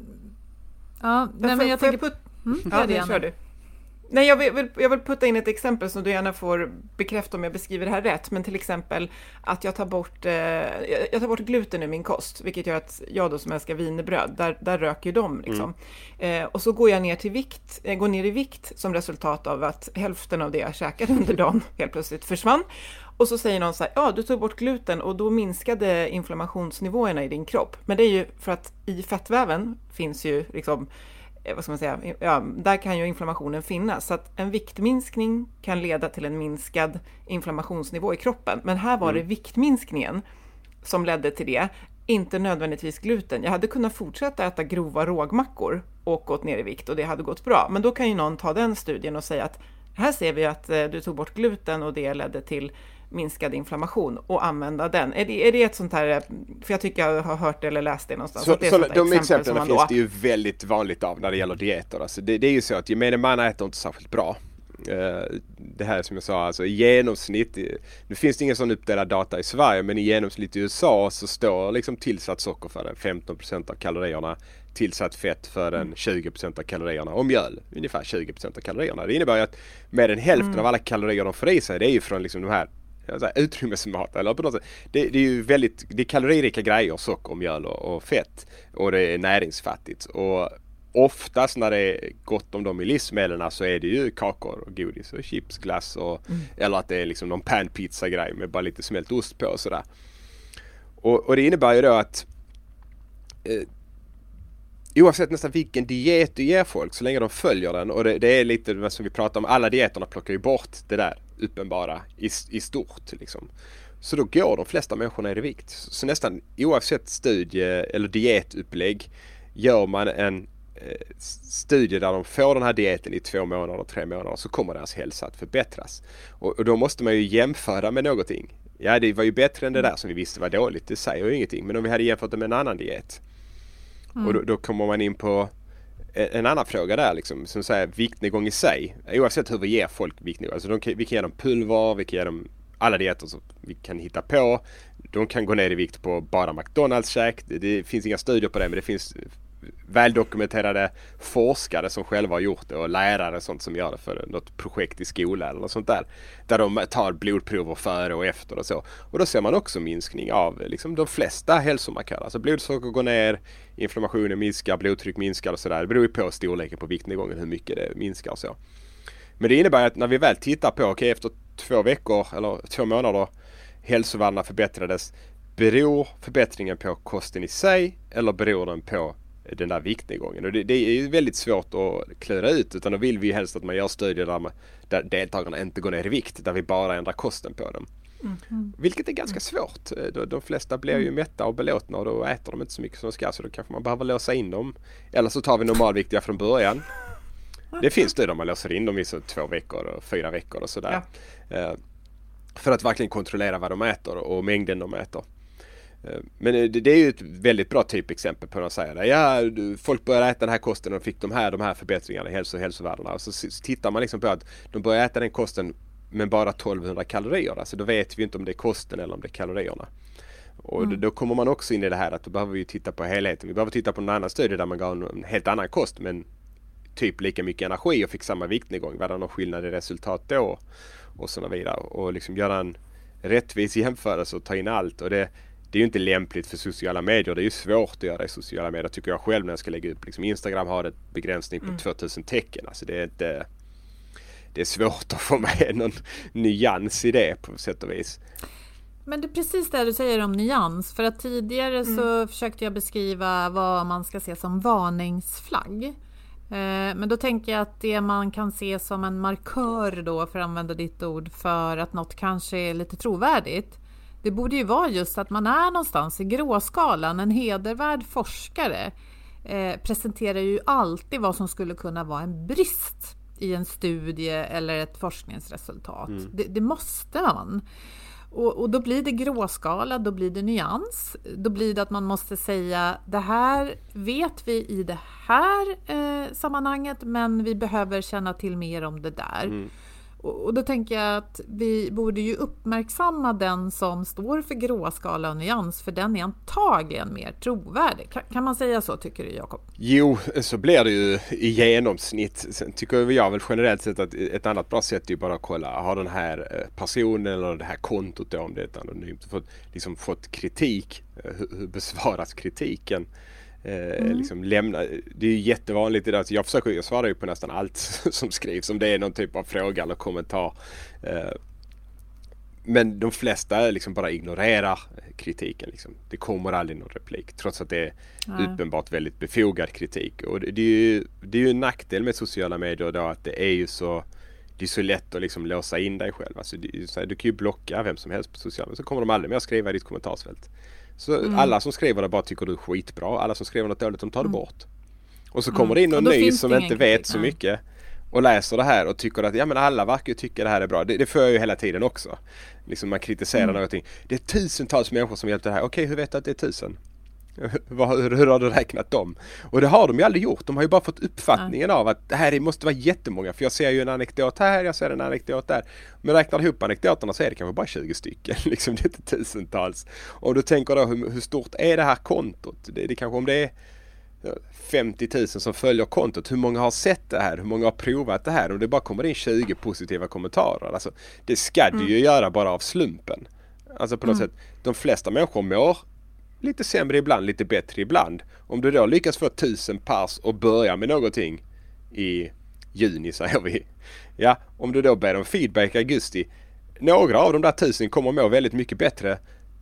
ja, nej, men jag tänker på... Mm,
ja, det kör du. Nej, jag vill, jag vill putta in ett exempel som du gärna får bekräfta om jag beskriver det här rätt. Men till exempel att jag tar bort, eh, jag tar bort gluten ur min kost. Vilket gör att jag då som älskar wienerbröd, där, där röker de liksom. Mm. Eh, och så går jag ner till vikt, jag går ner i vikt som resultat av att hälften av det jag käkade under dagen helt plötsligt försvann. Och så säger någon så här, ja du tog bort gluten och då minskade inflammationsnivåerna i din kropp. Men det är ju för att i fettväven finns ju liksom... vad ska man säga, ja, där kan ju inflammationen finnas. Så att en viktminskning kan leda till en minskad inflammationsnivå i kroppen. Men här var mm. det viktminskningen som ledde till det. Inte nödvändigtvis gluten. Jag hade kunnat fortsätta äta grova rågmackor och gått ner i vikt och det hade gått bra. Men då kan ju någon ta den studien och säga att här ser vi att du tog bort gluten och det ledde till minskad inflammation och använda den. Är det, är det ett sånt här, för jag tycker jag har hört eller läst det någonstans.
Så,
det är
så
de
exempel exemplen finns
då...
det ju väldigt vanligt av när det gäller dieter. Alltså det, det är ju så att gemene man äter inte särskilt bra. Det här som jag sa, alltså i genomsnitt, nu finns det ingen sån uppdelad data i Sverige, men i genomsnitt i U S A så står liksom tillsatt socker för den femton procent av kalorierna, tillsatt fett för den tjugo procent av kalorierna och mjöl ungefär tjugo procent av kalorierna. Det innebär ju att mer än hälften mm. av alla kalorier de får i sig, det är ju från liksom de här utrymmesmat eller på något sätt. Det, det är ju väldigt, det är kaloririka grejer, socker, mjöl och, och fett, och det är näringsfattigt. Och oftast när det är gott om dem i livsmedlen så är det ju kakor och godis och chips, glass och, mm. eller att det är liksom någon panpizza grej med bara lite smält ost på och sådär. Och, och det innebär ju då att eh, oavsett nästan vilken diet du ger folk, så länge de följer den, och det, det är lite som vi pratar om, alla dieterna plockar ju bort det där uppenbara i, i stort liksom. Så då går de flesta människor ner i vikt. Så nästan oavsett studie eller dietupplägg gör man en eh, studie där de får den här dieten i två månader, tre månader, så kommer deras hälsa att förbättras. Och, och då måste man ju jämföra med någonting. Ja, det var ju bättre än det där som vi visste var dåligt, det säger ju ingenting. Men om vi hade jämfört det med en annan diet. Mm. Och då, då kommer man in på en, en annan fråga där liksom, som säger viktnedgång i sig. Oavsett hur vi ger folk viktnedgång. Alltså de kan, vi kan ge dem pulver, vi kan ge dem alla dieter som vi kan hitta på. De kan gå ner i vikt på bara McDonald's-käk. Det, det finns inga studier på det, men det finns väldokumenterade forskare som själva har gjort det och lärare och sånt som gör det för något projekt i skolan eller något sånt där. Där de tar blodprover före och efter och så. Och då ser man också minskning av liksom de flesta hälsomarkörer. Alltså blodsocker går ner, inflammationen minskar, blodtryck minskar och sådär. Det beror ju på storleken på viktnedgången hur mycket det minskar och så. Men det innebär att när vi väl tittar på, okej okay, efter två veckor eller två månader hälsovärdena förbättrades, beror förbättringen på kosten i sig eller beror den på den där viktnedgången? Och det, det är ju väldigt svårt att klura ut, utan då vill vi helst att man gör studier där, man, där deltagarna inte går ner i vikt, där vi bara ändrar kosten på dem. Mm. Vilket är ganska svårt. De, de flesta blir ju mätta och belåtna och då äter de inte så mycket som de ska, så då kanske man behöver låsa in dem. Eller så tar vi normalviktiga från början. Det finns det där man låser in dem i så två veckor och fyra veckor och sådär. Ja. För att verkligen kontrollera vad de äter och mängden de äter. Men det, det är ju ett väldigt bra typexempel på när de säger det. Ja, folk började äta den här kosten och fick de här, de här förbättringarna i hälso- och hälsovärdena. Och så, så tittar man liksom på att de börjar äta den kosten med bara tolvhundra kalorier. Alltså då vet vi inte om det är kosten eller om det är kalorierna. Och mm. då, då kommer man också in i det här att då behöver vi titta på helheten. Vi behöver titta på en annan studie där man gav en helt annan kost men typ lika mycket energi och fick samma viktnedgång. Var det någon skillnad i resultat då? Och så vidare. Och liksom göra en rättvis jämförelse och ta in allt. Och det, det är ju inte lämpligt för sociala medier. Det är ju svårt att göra i sociala medier tycker jag själv när jag ska lägga upp. Liksom Instagram har ett begränsning på mm. tvåtusen tecken. Alltså det är inte... Det är svårt att få med någon nyans i det på sätt och vis.
Men det är precis det du säger om nyans. För att tidigare mm. så försökte jag beskriva vad man ska se som varningsflagg. Men då tänker jag att det man kan se som en markör då, för att använda ditt ord, för att något kanske är lite trovärdigt. Det borde ju vara just att man är någonstans i gråskalan. En hedervärd forskare eh, presenterar ju alltid vad som skulle kunna vara en brist i en studie eller ett forskningsresultat. Mm. Det, det måste man. Och, och då blir det gråskala, då blir det nyans. Då blir det att man måste säga det här vet vi i det här eh, sammanhanget, men vi behöver känna till mer om det där. Mm. Och, och då tänker jag att vi borde ju uppmärksamma den som står för gråskala och nyans, för den är antagligen mer trovärdig. Kan, kan man säga så, tycker du, Jakob?
Jo, så blir det ju i genomsnitt. Sen tycker jag väl generellt sett att ett annat bra sätt är ju bara att kolla, har den här personen eller det här kontot då, om det är ett anonymt, fått, liksom fått kritik, hur, hur besvaras kritiken? Eh, mm. liksom lämna, det är ju jättevanligt idag, så jag försöker, jag svarar ju på nästan allt som skrivs, om det är någon typ av fråga eller kommentar, eh, men de flesta liksom bara ignorerar kritiken liksom. Det kommer aldrig någon replik trots att det är mm. uppenbart väldigt befogad kritik, och det, det är ju det är ju en nackdel med sociala medier då, att det är ju så det är så lätt att liksom låsa in dig själv, alltså, det, så här, du kan ju blocka vem som helst på sociala medier, så kommer de aldrig mer att skriva i ditt kommentarsfält. Så mm. alla som skriver det bara tycker du är skitbra. Alla som skriver något dåligt, de tar det mm. bort. Och så kommer det in någon ny som inte vet kritik, så nej. mycket och läser det här och tycker att ja, men alla verkar ju tycka det här är bra. Det, det får jag ju hela tiden också. Liksom man kritiserar mm. någonting. Det är tusentals människor som hjälper det här. Okej, hur vet du att det är tusen? hur, hur har du räknat dem? Och det har de ju aldrig gjort. De har ju bara fått uppfattningen mm. av att det här måste vara jättemånga. För jag ser ju en anekdot här, jag ser en anekdot där. Men räknar ihop anekdoterna så är det kanske bara tjugo stycken. Liksom, det är inte tusentals. Och du tänker då, hur, hur stort är det här kontot? Det, det kanske om det är femtio tusen som följer kontot. Hur många har sett det här? Hur många har provat det här? Och det bara kommer in tjugo positiva kommentarer. Alltså, det ska mm. du ju göra bara av slumpen. Alltså på något mm. sätt, de flesta människor mår lite sämre ibland, lite bättre ibland. Om du då lyckas få tusen pers och börja med någonting i juni, säger vi. Ja, om du då ber om feedback i augusti, några av de där tusen kommer må väldigt mycket bättre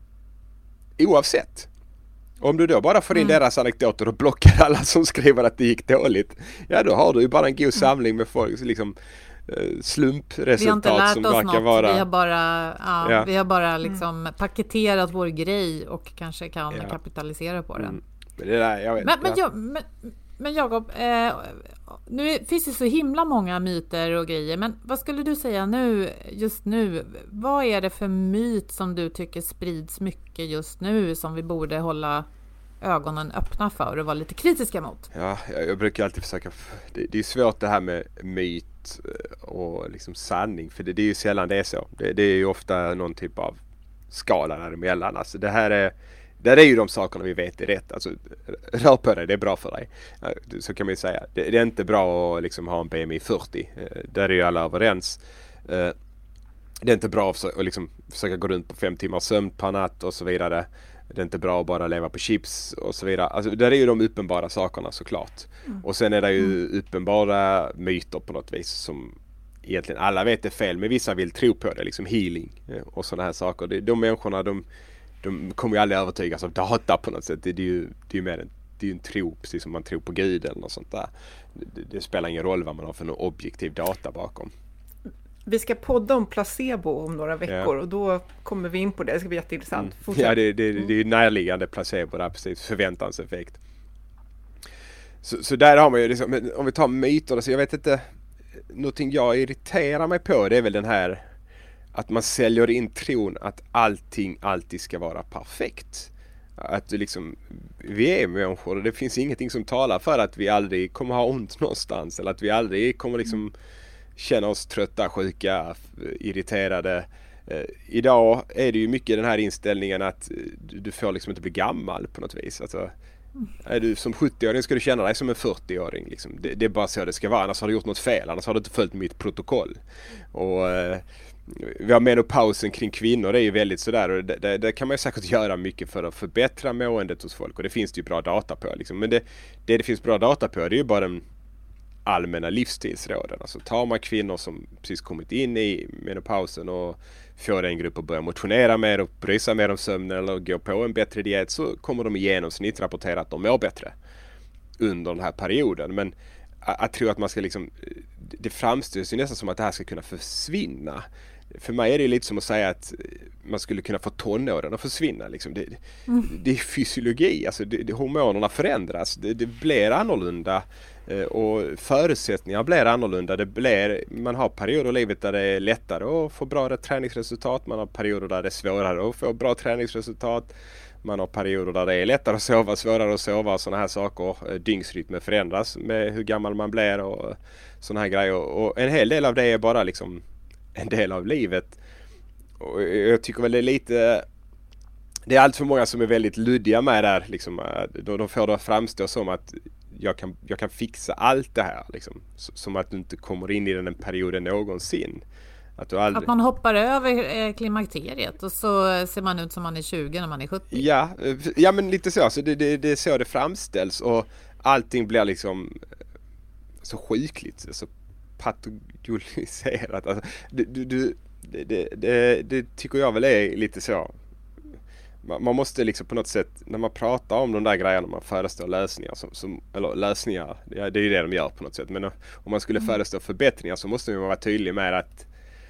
oavsett. Om du då bara får in mm. deras anekdoter och blockar alla som skriver att det gick dåligt, ja då har du ju bara en god samling med folk, liksom slumpresultat som verkar något. vara...
Vi har bara, ja, ja. Vi har bara liksom mm. paketerat vår grej och kanske kan ja. kapitalisera på den. Mm.
Men, det där, jag vet,
men, men, jag, men, men Jakob, eh, nu finns det så himla många myter och grejer, men vad skulle du säga nu, just nu, vad är det för myt som du tycker sprids mycket just nu som vi borde hålla ögonen öppna för och vara lite kritiska mot?
Ja, jag, jag brukar alltid försöka, det, det är svårt det här med myt och liksom sanning, för det, det är ju sällan det är så. Det, det är ju ofta någon typ av skala däremellan. Alltså det här är, där är ju de sakerna vi vet är rätt. Alltså, rör på dig, det är bra för dig. Så kan man ju säga. Det, det är inte bra att liksom ha en B M I fyrtio. Där är ju alla överens. Det är inte bra att liksom försöka gå runt på fem timmar sömn per natt och så vidare. Det är inte bra att bara leva på chips och så vidare. Alltså, där är ju de uppenbara sakerna såklart. Mm. Och sen är det ju mm. uppenbara myter på något vis som egentligen alla vet är fel, men vissa vill tro på det. Liksom healing och sådana här saker. Det, de människorna, de, de kommer ju aldrig övertygas av data på något sätt. Det, det är ju det är ju mer en, det är ju en tro, precis som man tror på Gud eller något sånt där. Det, det spelar ingen roll vad man har för någon objektiv data bakom.
Vi ska podda om placebo om några veckor ja. och då kommer vi in på det. Det ska bli jätteintressant.
Mm. Ja, det, det, det är ju närliggande placebo där, precis. Förväntanseffekt. Så, så där har man ju liksom, om vi tar myter, så jag vet inte, någonting jag irriterar mig på, det är väl den här att man säljer in tron att allting alltid ska vara perfekt. Att liksom, vi är människor och det finns ingenting som talar för att vi aldrig kommer ha ont någonstans, eller att vi aldrig kommer liksom känna oss trötta, sjuka, irriterade. Eh, idag är det ju mycket den här inställningen att du, du får liksom inte bli gammal på något vis. Alltså, är du som sjuttio-åring ska du känna dig som en fyrtio-åring. Liksom. Det, det är bara så det ska vara, annars har du gjort något fel, annars har du inte följt mitt protokoll. Och eh, vi har menopausen kring kvinnor, det är ju väldigt sådär, och det, det, det kan man ju säkert göra mycket för att förbättra måendet hos folk, och det finns det ju bra data på. Liksom. Men det, det det finns bra data på, det är ju bara den allmänna livsstilsråden. Alltså tar man kvinnor som precis kommit in i menopausen och får en grupp att börja motionera mer och bry sig mer om sömnen eller gå på en bättre diet, så kommer de i genomsnitt rapportera att de mår bättre under den här perioden. Men jag tror att man ska liksom, det framställs ju nästan som att det här ska kunna försvinna. För mig är det lite som att säga att man skulle kunna få tonåren att försvinna. Liksom. Det, mm. det är fysiologi, alltså det, det, hormonerna förändras, det, det blir annorlunda och förutsättningar blir annorlunda. Det blir, man har perioder i livet där det är lättare att få bra träningsresultat, man har perioder där det är svårare att få bra träningsresultat, man har perioder där det är lättare att sova, svårare att sova och sådana här saker. Dygnsrytmen förändras med hur gammal man blir och sådana här grejer, och en hel del av det är bara liksom en del av livet. Och jag tycker väl det är lite, det är allt för många som är väldigt luddiga med där liksom, de får det framstå som att jag kan, jag kan fixa allt det här liksom, som att du inte kommer in i den perioden någonsin. Att, du aldrig...
att man hoppar över klimakteriet och så ser man ut som man är tjugo när man är sjuttio.
Ja, ja men lite så, så det, det, det är så det framställs, och allting blir liksom så sjukligt, så patologiserat. Alltså, du, du, det, det, det, det tycker jag väl är lite så. Man, man måste liksom på något sätt, när man pratar om de där grejerna, man föreslår lösningar som, som, eller lösningar, ja, det är ju det de gör på något sätt, men om man skulle föreslå förbättringar så måste man vara tydlig med att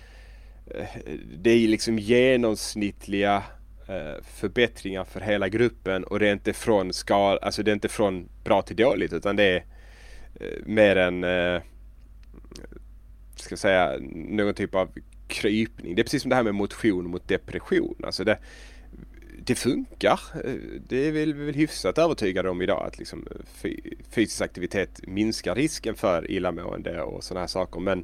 eh, det är liksom genomsnittliga eh, förbättringar för hela gruppen, och det är inte från skal, alltså det är inte från bra till dåligt, utan det är eh, mer än eh, ska jag säga, någon typ av krypning. Det är precis som det här med motion mot depression. Alltså det, det funkar. Det är vi väl hyfsat övertygade om idag, att liksom fysisk aktivitet minskar risken för illamående och sådana här saker. Men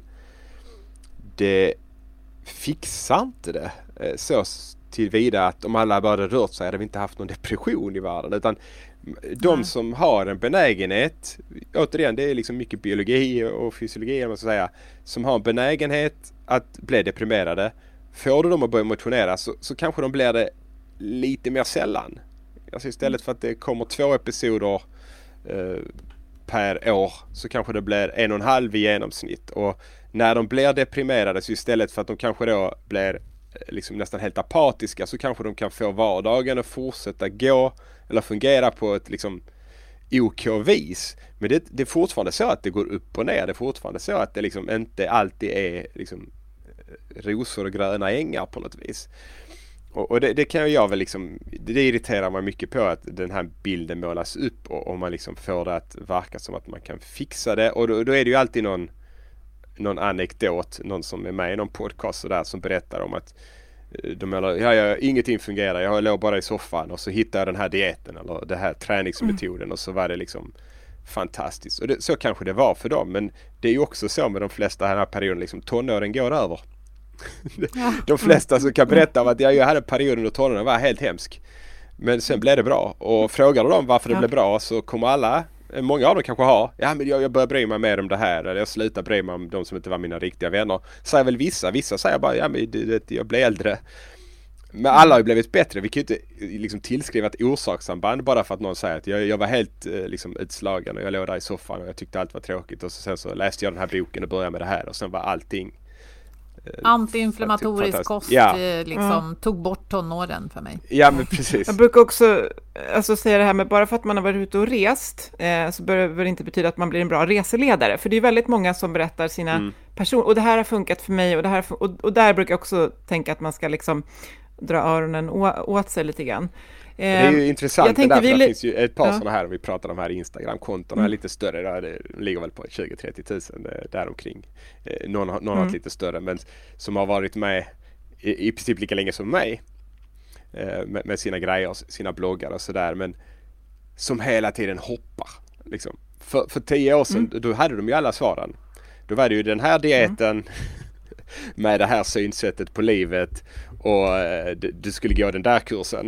det fixar inte det så tillvida att om alla bara hade rört sig hade vi inte haft någon depression i världen. Utan de mm. som har en benägenhet, återigen det är liksom mycket biologi och fysiologi man ska säga, som har en benägenhet att bli deprimerade, får du dem att börja motionera så, så kanske de blir det lite mer sällan. Alltså istället för att det kommer två episoder eh, per år, så kanske det blir en och en halv i genomsnitt. Och när de blir deprimerade, så istället för att de kanske då blir liksom nästan helt apatiska, så kanske de kan få vardagen att fortsätta gå eller fungera på ett liksom OK-vis. Men det, det är fortfarande så att det går upp och ner. Det är fortfarande så att det liksom inte alltid är liksom rosor och gröna ängar på något vis. Och, och det, det kan jag väl liksom, det irriterar mig mycket på att den här bilden målas upp, och, och man liksom får det att verka som att man kan fixa det. Och då, då är det ju alltid någon någon anekdot, någon som är med i någon podcast så där, som berättar om att de menar, ja, ja, ingenting fungerar, jag låg bara i soffan och så hittade jag den här dieten eller den här träningsmetoden mm. och så var det liksom fantastiskt. Och det, så kanske det var för dem, men det är ju också så med de flesta här perioden, liksom tonåren går över. Ja. De flesta som kan berätta om att jag hade perioden då tonåren var helt hemsk. Men sen blev det bra. Och frågar du dem varför det
ja.
blev bra så kommer alla, många av dem kanske ha, ja men jag, jag börjar bry mig mer om det här. Eller jag slutar bry mig om de som inte var mina riktiga vänner. Säger väl vissa. Vissa säger bara, ja men det, jag blir äldre. Men alla har ju blivit bättre. Vi kan ju inte liksom tillskriva ett orsakssamband bara för att någon säger att jag, jag var helt liksom, utslagen och jag låg där i soffan och jag tyckte allt var tråkigt. Och så, sen så läste jag den här boken och började med det här och sen var allting
antiinflammatorisk kost
ja.
liksom mm. tog bort tonåren för mig.
Ja, men precis.
Jag brukar också alltså, säga det här med bara för att man har varit ute och rest eh, så behöver det inte betyda att man blir en bra reseledare. För det är väldigt många som berättar sina mm. personer. Och det här har funkat för mig och, det här, och, och där brukar jag också tänka att man ska liksom dra öronen å, åt sig lite grann.
Det är ju intressant, det,
vi...
det finns ju ett par
ja.
sådana här, vi pratar om här Instagram-kontona mm. lite större, där det ligger väl på tjugo till trettio tusen däromkring. Någon, någon mm. har lite större, men som har varit med i, i princip lika länge som mig med, med sina grejer, sina bloggar och sådär, men som hela tiden hoppar. Liksom. För, för tio år sedan, mm. då hade de ju alla svaren. Då var det ju den här dieten mm. med det här synsättet på livet och du, du skulle gå den där kursen.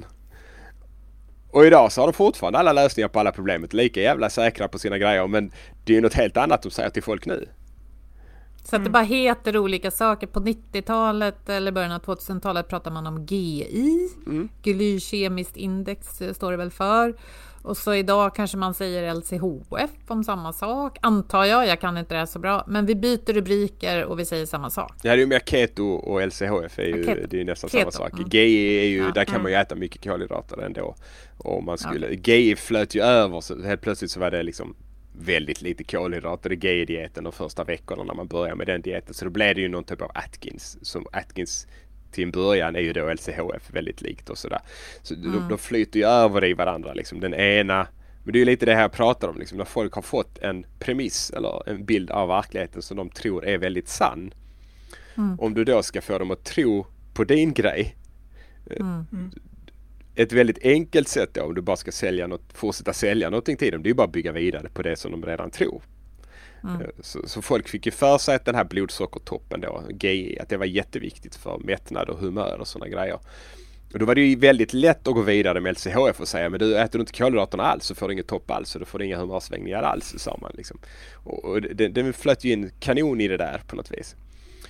Och idag så har de fortfarande alla lösningar på alla problemet. Lika jävla säkra på sina grejer. Men det är ju något helt annat de säger till folk nu.
Så att det bara heter olika saker. På nittiotalet eller början av tvåtusentalet pratar man om G I. Mm. Glykemiskt index står det väl för. Och så idag kanske man säger L C H F om samma sak. Antar jag, jag kan inte det här så bra. Men vi byter rubriker och vi säger samma sak.
Det här är ju mer keto och L C H F är ju, ja, det är ju nästan keto. Samma sak. Mm. G I är ju, ja, där kan mm. man ju äta mycket kolhydrater ändå. Och man skulle, okay. G I flöt ju över så helt plötsligt så var det liksom väldigt lite kolhydrater i G I-dieten de första veckorna när man börjar med den dieten. Så då blev det ju någon typ av Atkins. Som Atkins till en början är ju då L C H F väldigt likt och sådär. Så mm. de, de flyter ju över i varandra liksom. Den ena, men det är ju lite det här jag pratar om liksom. När folk har fått en premiss eller en bild av verkligheten som de tror är väldigt sann. Mm. Om du då ska få dem att tro på din grej. Mm. Mm. Ett väldigt enkelt sätt då, om du bara ska sälja något, fortsätta sälja någonting till dem, det är ju bara att bygga vidare på det som de redan tror. Mm. Så, så folk fick ju för sig att den här blodsockertoppen då, G I, att det var jätteviktigt för mättnad och humör och sådana grejer. Och då var det ju väldigt lätt att gå vidare med L C H F och säga, men du äter du inte kolhydraterna alls så får du inget topp alls och då får du inga humörsvängningar alls, sa man liksom. Och, och det, det flöt ju in kanon i det där på något vis.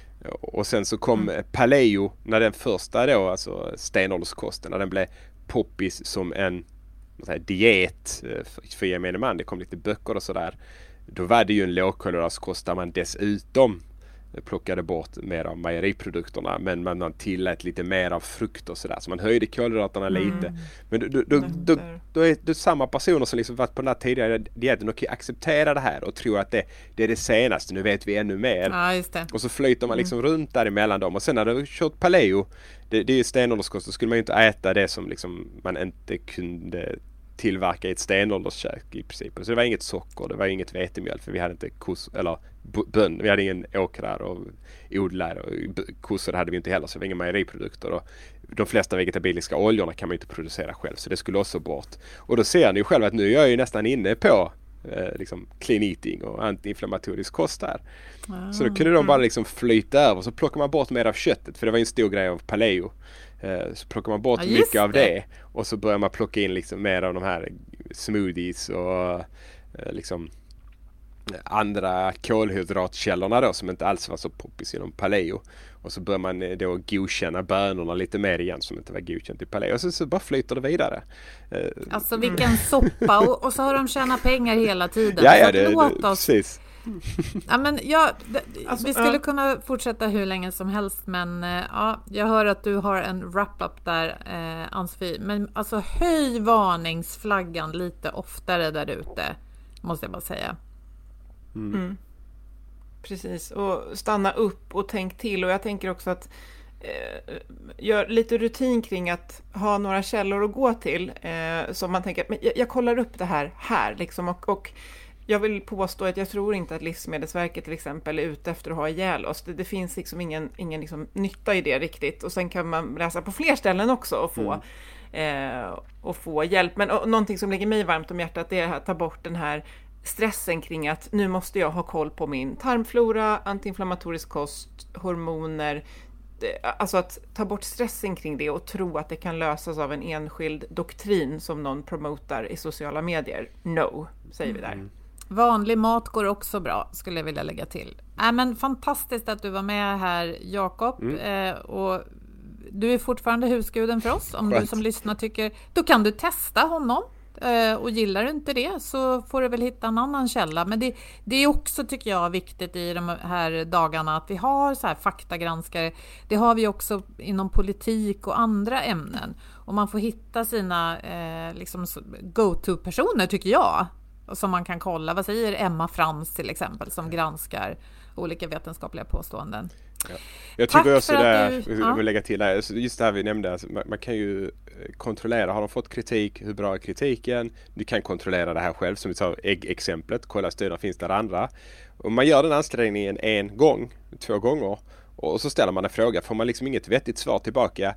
Och sen så kom mm. paleo, när den första då, alltså stenålderskosten, när den blev poppis som en säga, diet för, för gemene man, det kom lite böcker och sådär. Då var det ju en lågkolhydratkost där man dessutom plockade bort mer av mejeriprodukterna, men man, man tillät lite mer av frukt och sådär. Så man höjde kolhydraterna mm. lite. Men då, då, då, då, då är det samma personer som liksom varit på den här tidigare dieten och kan acceptera det här och tror att det, det är det senaste. Nu vet vi ännu mer.
Ja, just det.
Och så flyter man liksom mm. runt däremellan dem. Och sen när du kört paleo, det, det är ju stenålderskost, så skulle man ju inte äta det som liksom man inte kunde tillverka i ett stenålderskök i princip. Så det var inget socker, det var inget vetemjöl för vi hade inte kos, eller bönn, vi hade ingen åkrar och odlar och kossor hade vi inte heller, så det var inga mejeriprodukter och de flesta vegetabiliska oljorna kan man inte producera själv, så det skulle också bort. Och då ser ni ju själv att nu är jag ju nästan inne på eh, liksom clean eating och antiinflammatorisk kost där. Ah, så då kunde de bara liksom flyta över, så plockar man bort mer av köttet, för det var ju en stor grej av paleo. Så plockar man bort ja, mycket av det. det och så börjar man plocka in liksom mer av de här smoothies och liksom andra kolhydratkällorna då som inte alls var så poppis inom paleo. Och så börjar man då godkänna bönorna lite mer igen som inte var godkänt i paleo. Och så, så bara flyter det vidare.
Alltså vilken soppa och, och så har de tjänat pengar hela tiden.
Ja, ja, det,
det,
låt oss. Precis.
Ja, men ja, det, alltså, vi skulle ja. kunna fortsätta hur länge som helst, men ja, jag hör att du har en wrap-up där, eh, Ann-Sofie. Men alltså höj varningsflaggan lite oftare där ute, måste jag bara säga.
Mm. Mm. Precis, och stanna upp och tänk till. Och jag tänker också att eh, gör lite rutin kring att ha några källor att gå till, eh, som man tänker, men jag, jag kollar upp det här här liksom, och, och jag vill påstå att jag tror inte att Livsmedelsverket till exempel är ute efter att ha ihjäl oss. Det, det finns liksom ingen, ingen liksom nytta i det riktigt. Och sen kan man läsa på fler ställen också och få, mm. eh, och få hjälp. Men och, någonting som ligger mig varmt om hjärtat är att ta bort den här stressen kring att nu måste jag ha koll på min tarmflora, antiinflammatorisk kost, hormoner, alltså att ta bort stressen kring det och tro att det kan lösas av en enskild doktrin som någon promotar i sociala medier. No, säger vi där. Mm.
Vanlig mat går också bra, skulle jag vilja lägga till. Äh, men fantastiskt att du var med här, Jakob. Mm. Eh, och du är fortfarande husguden för oss. Om Skönt. Du som lyssnar tycker, då kan du testa honom. Eh, och gillar du inte det så får du väl hitta en annan källa. Men det, det är också, tycker jag, viktigt i de här dagarna att vi har så här faktagranskare. Det har vi också inom politik och andra ämnen. Och man får hitta sina eh, liksom go-to-personer, tycker jag. Som man kan kolla. Vad säger Emma Frans till exempel, som granskar olika vetenskapliga påståenden.
Ja. Jag tycker också det, du, jag vill lägga till här, just det här vi nämnde, alltså, man, man kan ju kontrollera, har de fått kritik, hur bra är kritiken? Du kan kontrollera det här själv, som vi sa, äggexemplet, kolla stöden, finns det andra? Om man gör den ansträngningen en gång, två gånger, och så ställer man en fråga, får man liksom inget vettigt svar tillbaka,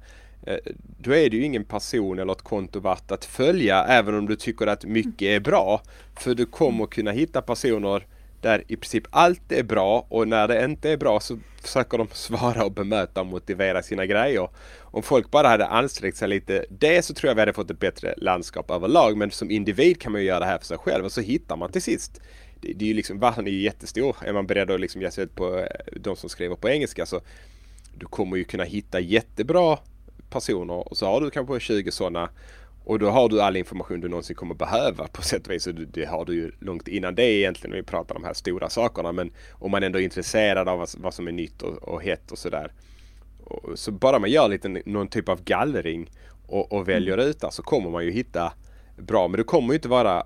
då är det ju ingen person eller ett konto värt att följa, även om du tycker att mycket är bra, för du kommer kunna hitta personer där i princip allt är bra, och när det inte är bra så försöker de svara och bemöta och motivera sina grejer. Om folk bara hade ansträngt sig lite det, så tror jag vi hade fått ett bättre landskap överlag, men som individ kan man ju göra det här för sig själv, och så hittar man till sist. Det, det är ju liksom, världen är ju jättestor. Är man beredd att liksom ge sig ut på de som skriver på engelska, så du kommer ju kunna hitta jättebra personer, och så har du kanske tjugo sådana. Och då har du all information du någonsin kommer behöva på sätt och vis. Och det har du ju långt innan det egentligen, när vi pratar om de här stora sakerna. Men om man ändå är intresserad av vad, vad som är nytt och, och hett och sådär. Och, så bara man gör lite någon typ av gallring och, och väljer mm. ut där, så kommer man ju hitta bra. Men det kommer ju inte vara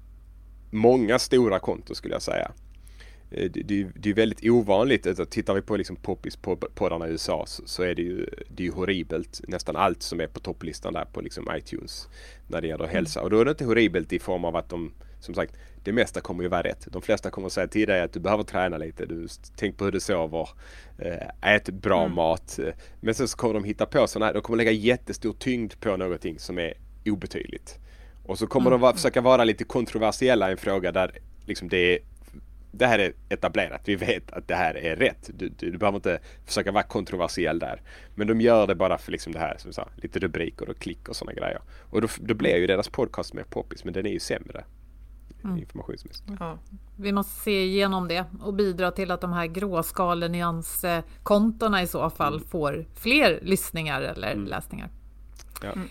många stora konton, skulle jag säga. Det, det, det är väldigt ovanligt. Alltså, tittar vi på liksom poppis-poddarna i U S A, så, så är det ju, det är ju horribelt. Nästan allt som är på topplistan där på liksom iTunes när det gäller hälsa. Och då är det inte horribelt i form av att de, som sagt, det mesta kommer ju vara rätt. De flesta kommer att säga till dig att du behöver träna lite. Du, tänk på hur du sover. Ät bra mm. mat. Men sen så kommer de hitta på sådana här. De kommer lägga jättestor tyngd på någonting som är obetydligt. Och så kommer mm. de vara, försöka vara lite kontroversiella i en fråga där liksom det är det här är etablerat. Vi vet att det här är rätt. Du, du, du behöver inte försöka vara kontroversiell där. Men de gör det bara för liksom det här, som sa, lite rubriker och klick och sådana grejer. Och då, då blir ju deras podcast mer poppis, men den är ju sämre mm. informationsmässigt.
Ja. Vi måste se igenom det och bidra till att de här gråskalenyans-kontona i så fall mm. får fler lyssningar eller mm. läsningar.
Ja. Mm.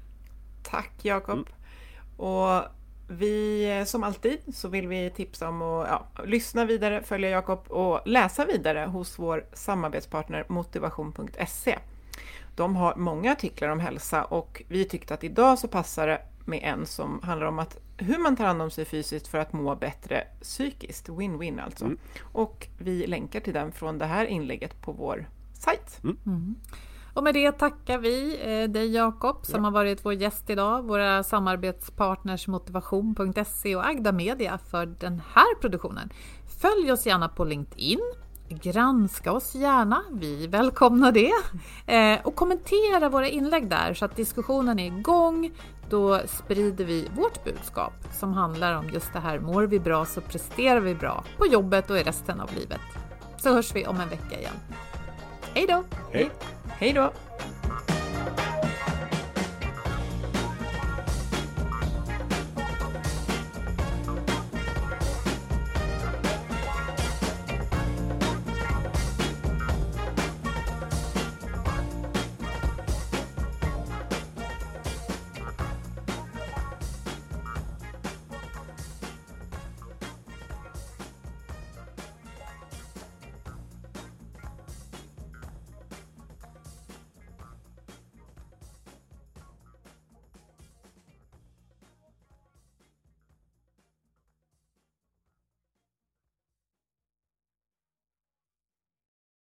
Tack Jakob. Mm. Och vi, som alltid, så vill vi tipsa om att ja, lyssna vidare, följa Jakob och läsa vidare hos vår samarbetspartner motivation punkt se. De har många artiklar om hälsa, och vi tyckte att idag så passar det med en som handlar om att hur man tar hand om sig fysiskt för att må bättre psykiskt. Win-win alltså. Mm. Och vi länkar till den från det här inlägget på vår sajt.
Mm. Mm. Och med det tackar vi eh, dig Jakob som ja. har varit vår gäst idag, våra samarbetspartners motivation punkt se och Agda Media för den här produktionen. Följ oss gärna på LinkedIn, granska oss gärna, vi välkomnar det. Eh, och kommentera våra inlägg där så att diskussionen är igång. Då sprider vi vårt budskap som handlar om just det här, mår vi bra så presterar vi bra på jobbet och i resten av livet. Så hörs vi om en vecka igen. Hej då!
Hej!
Hej då!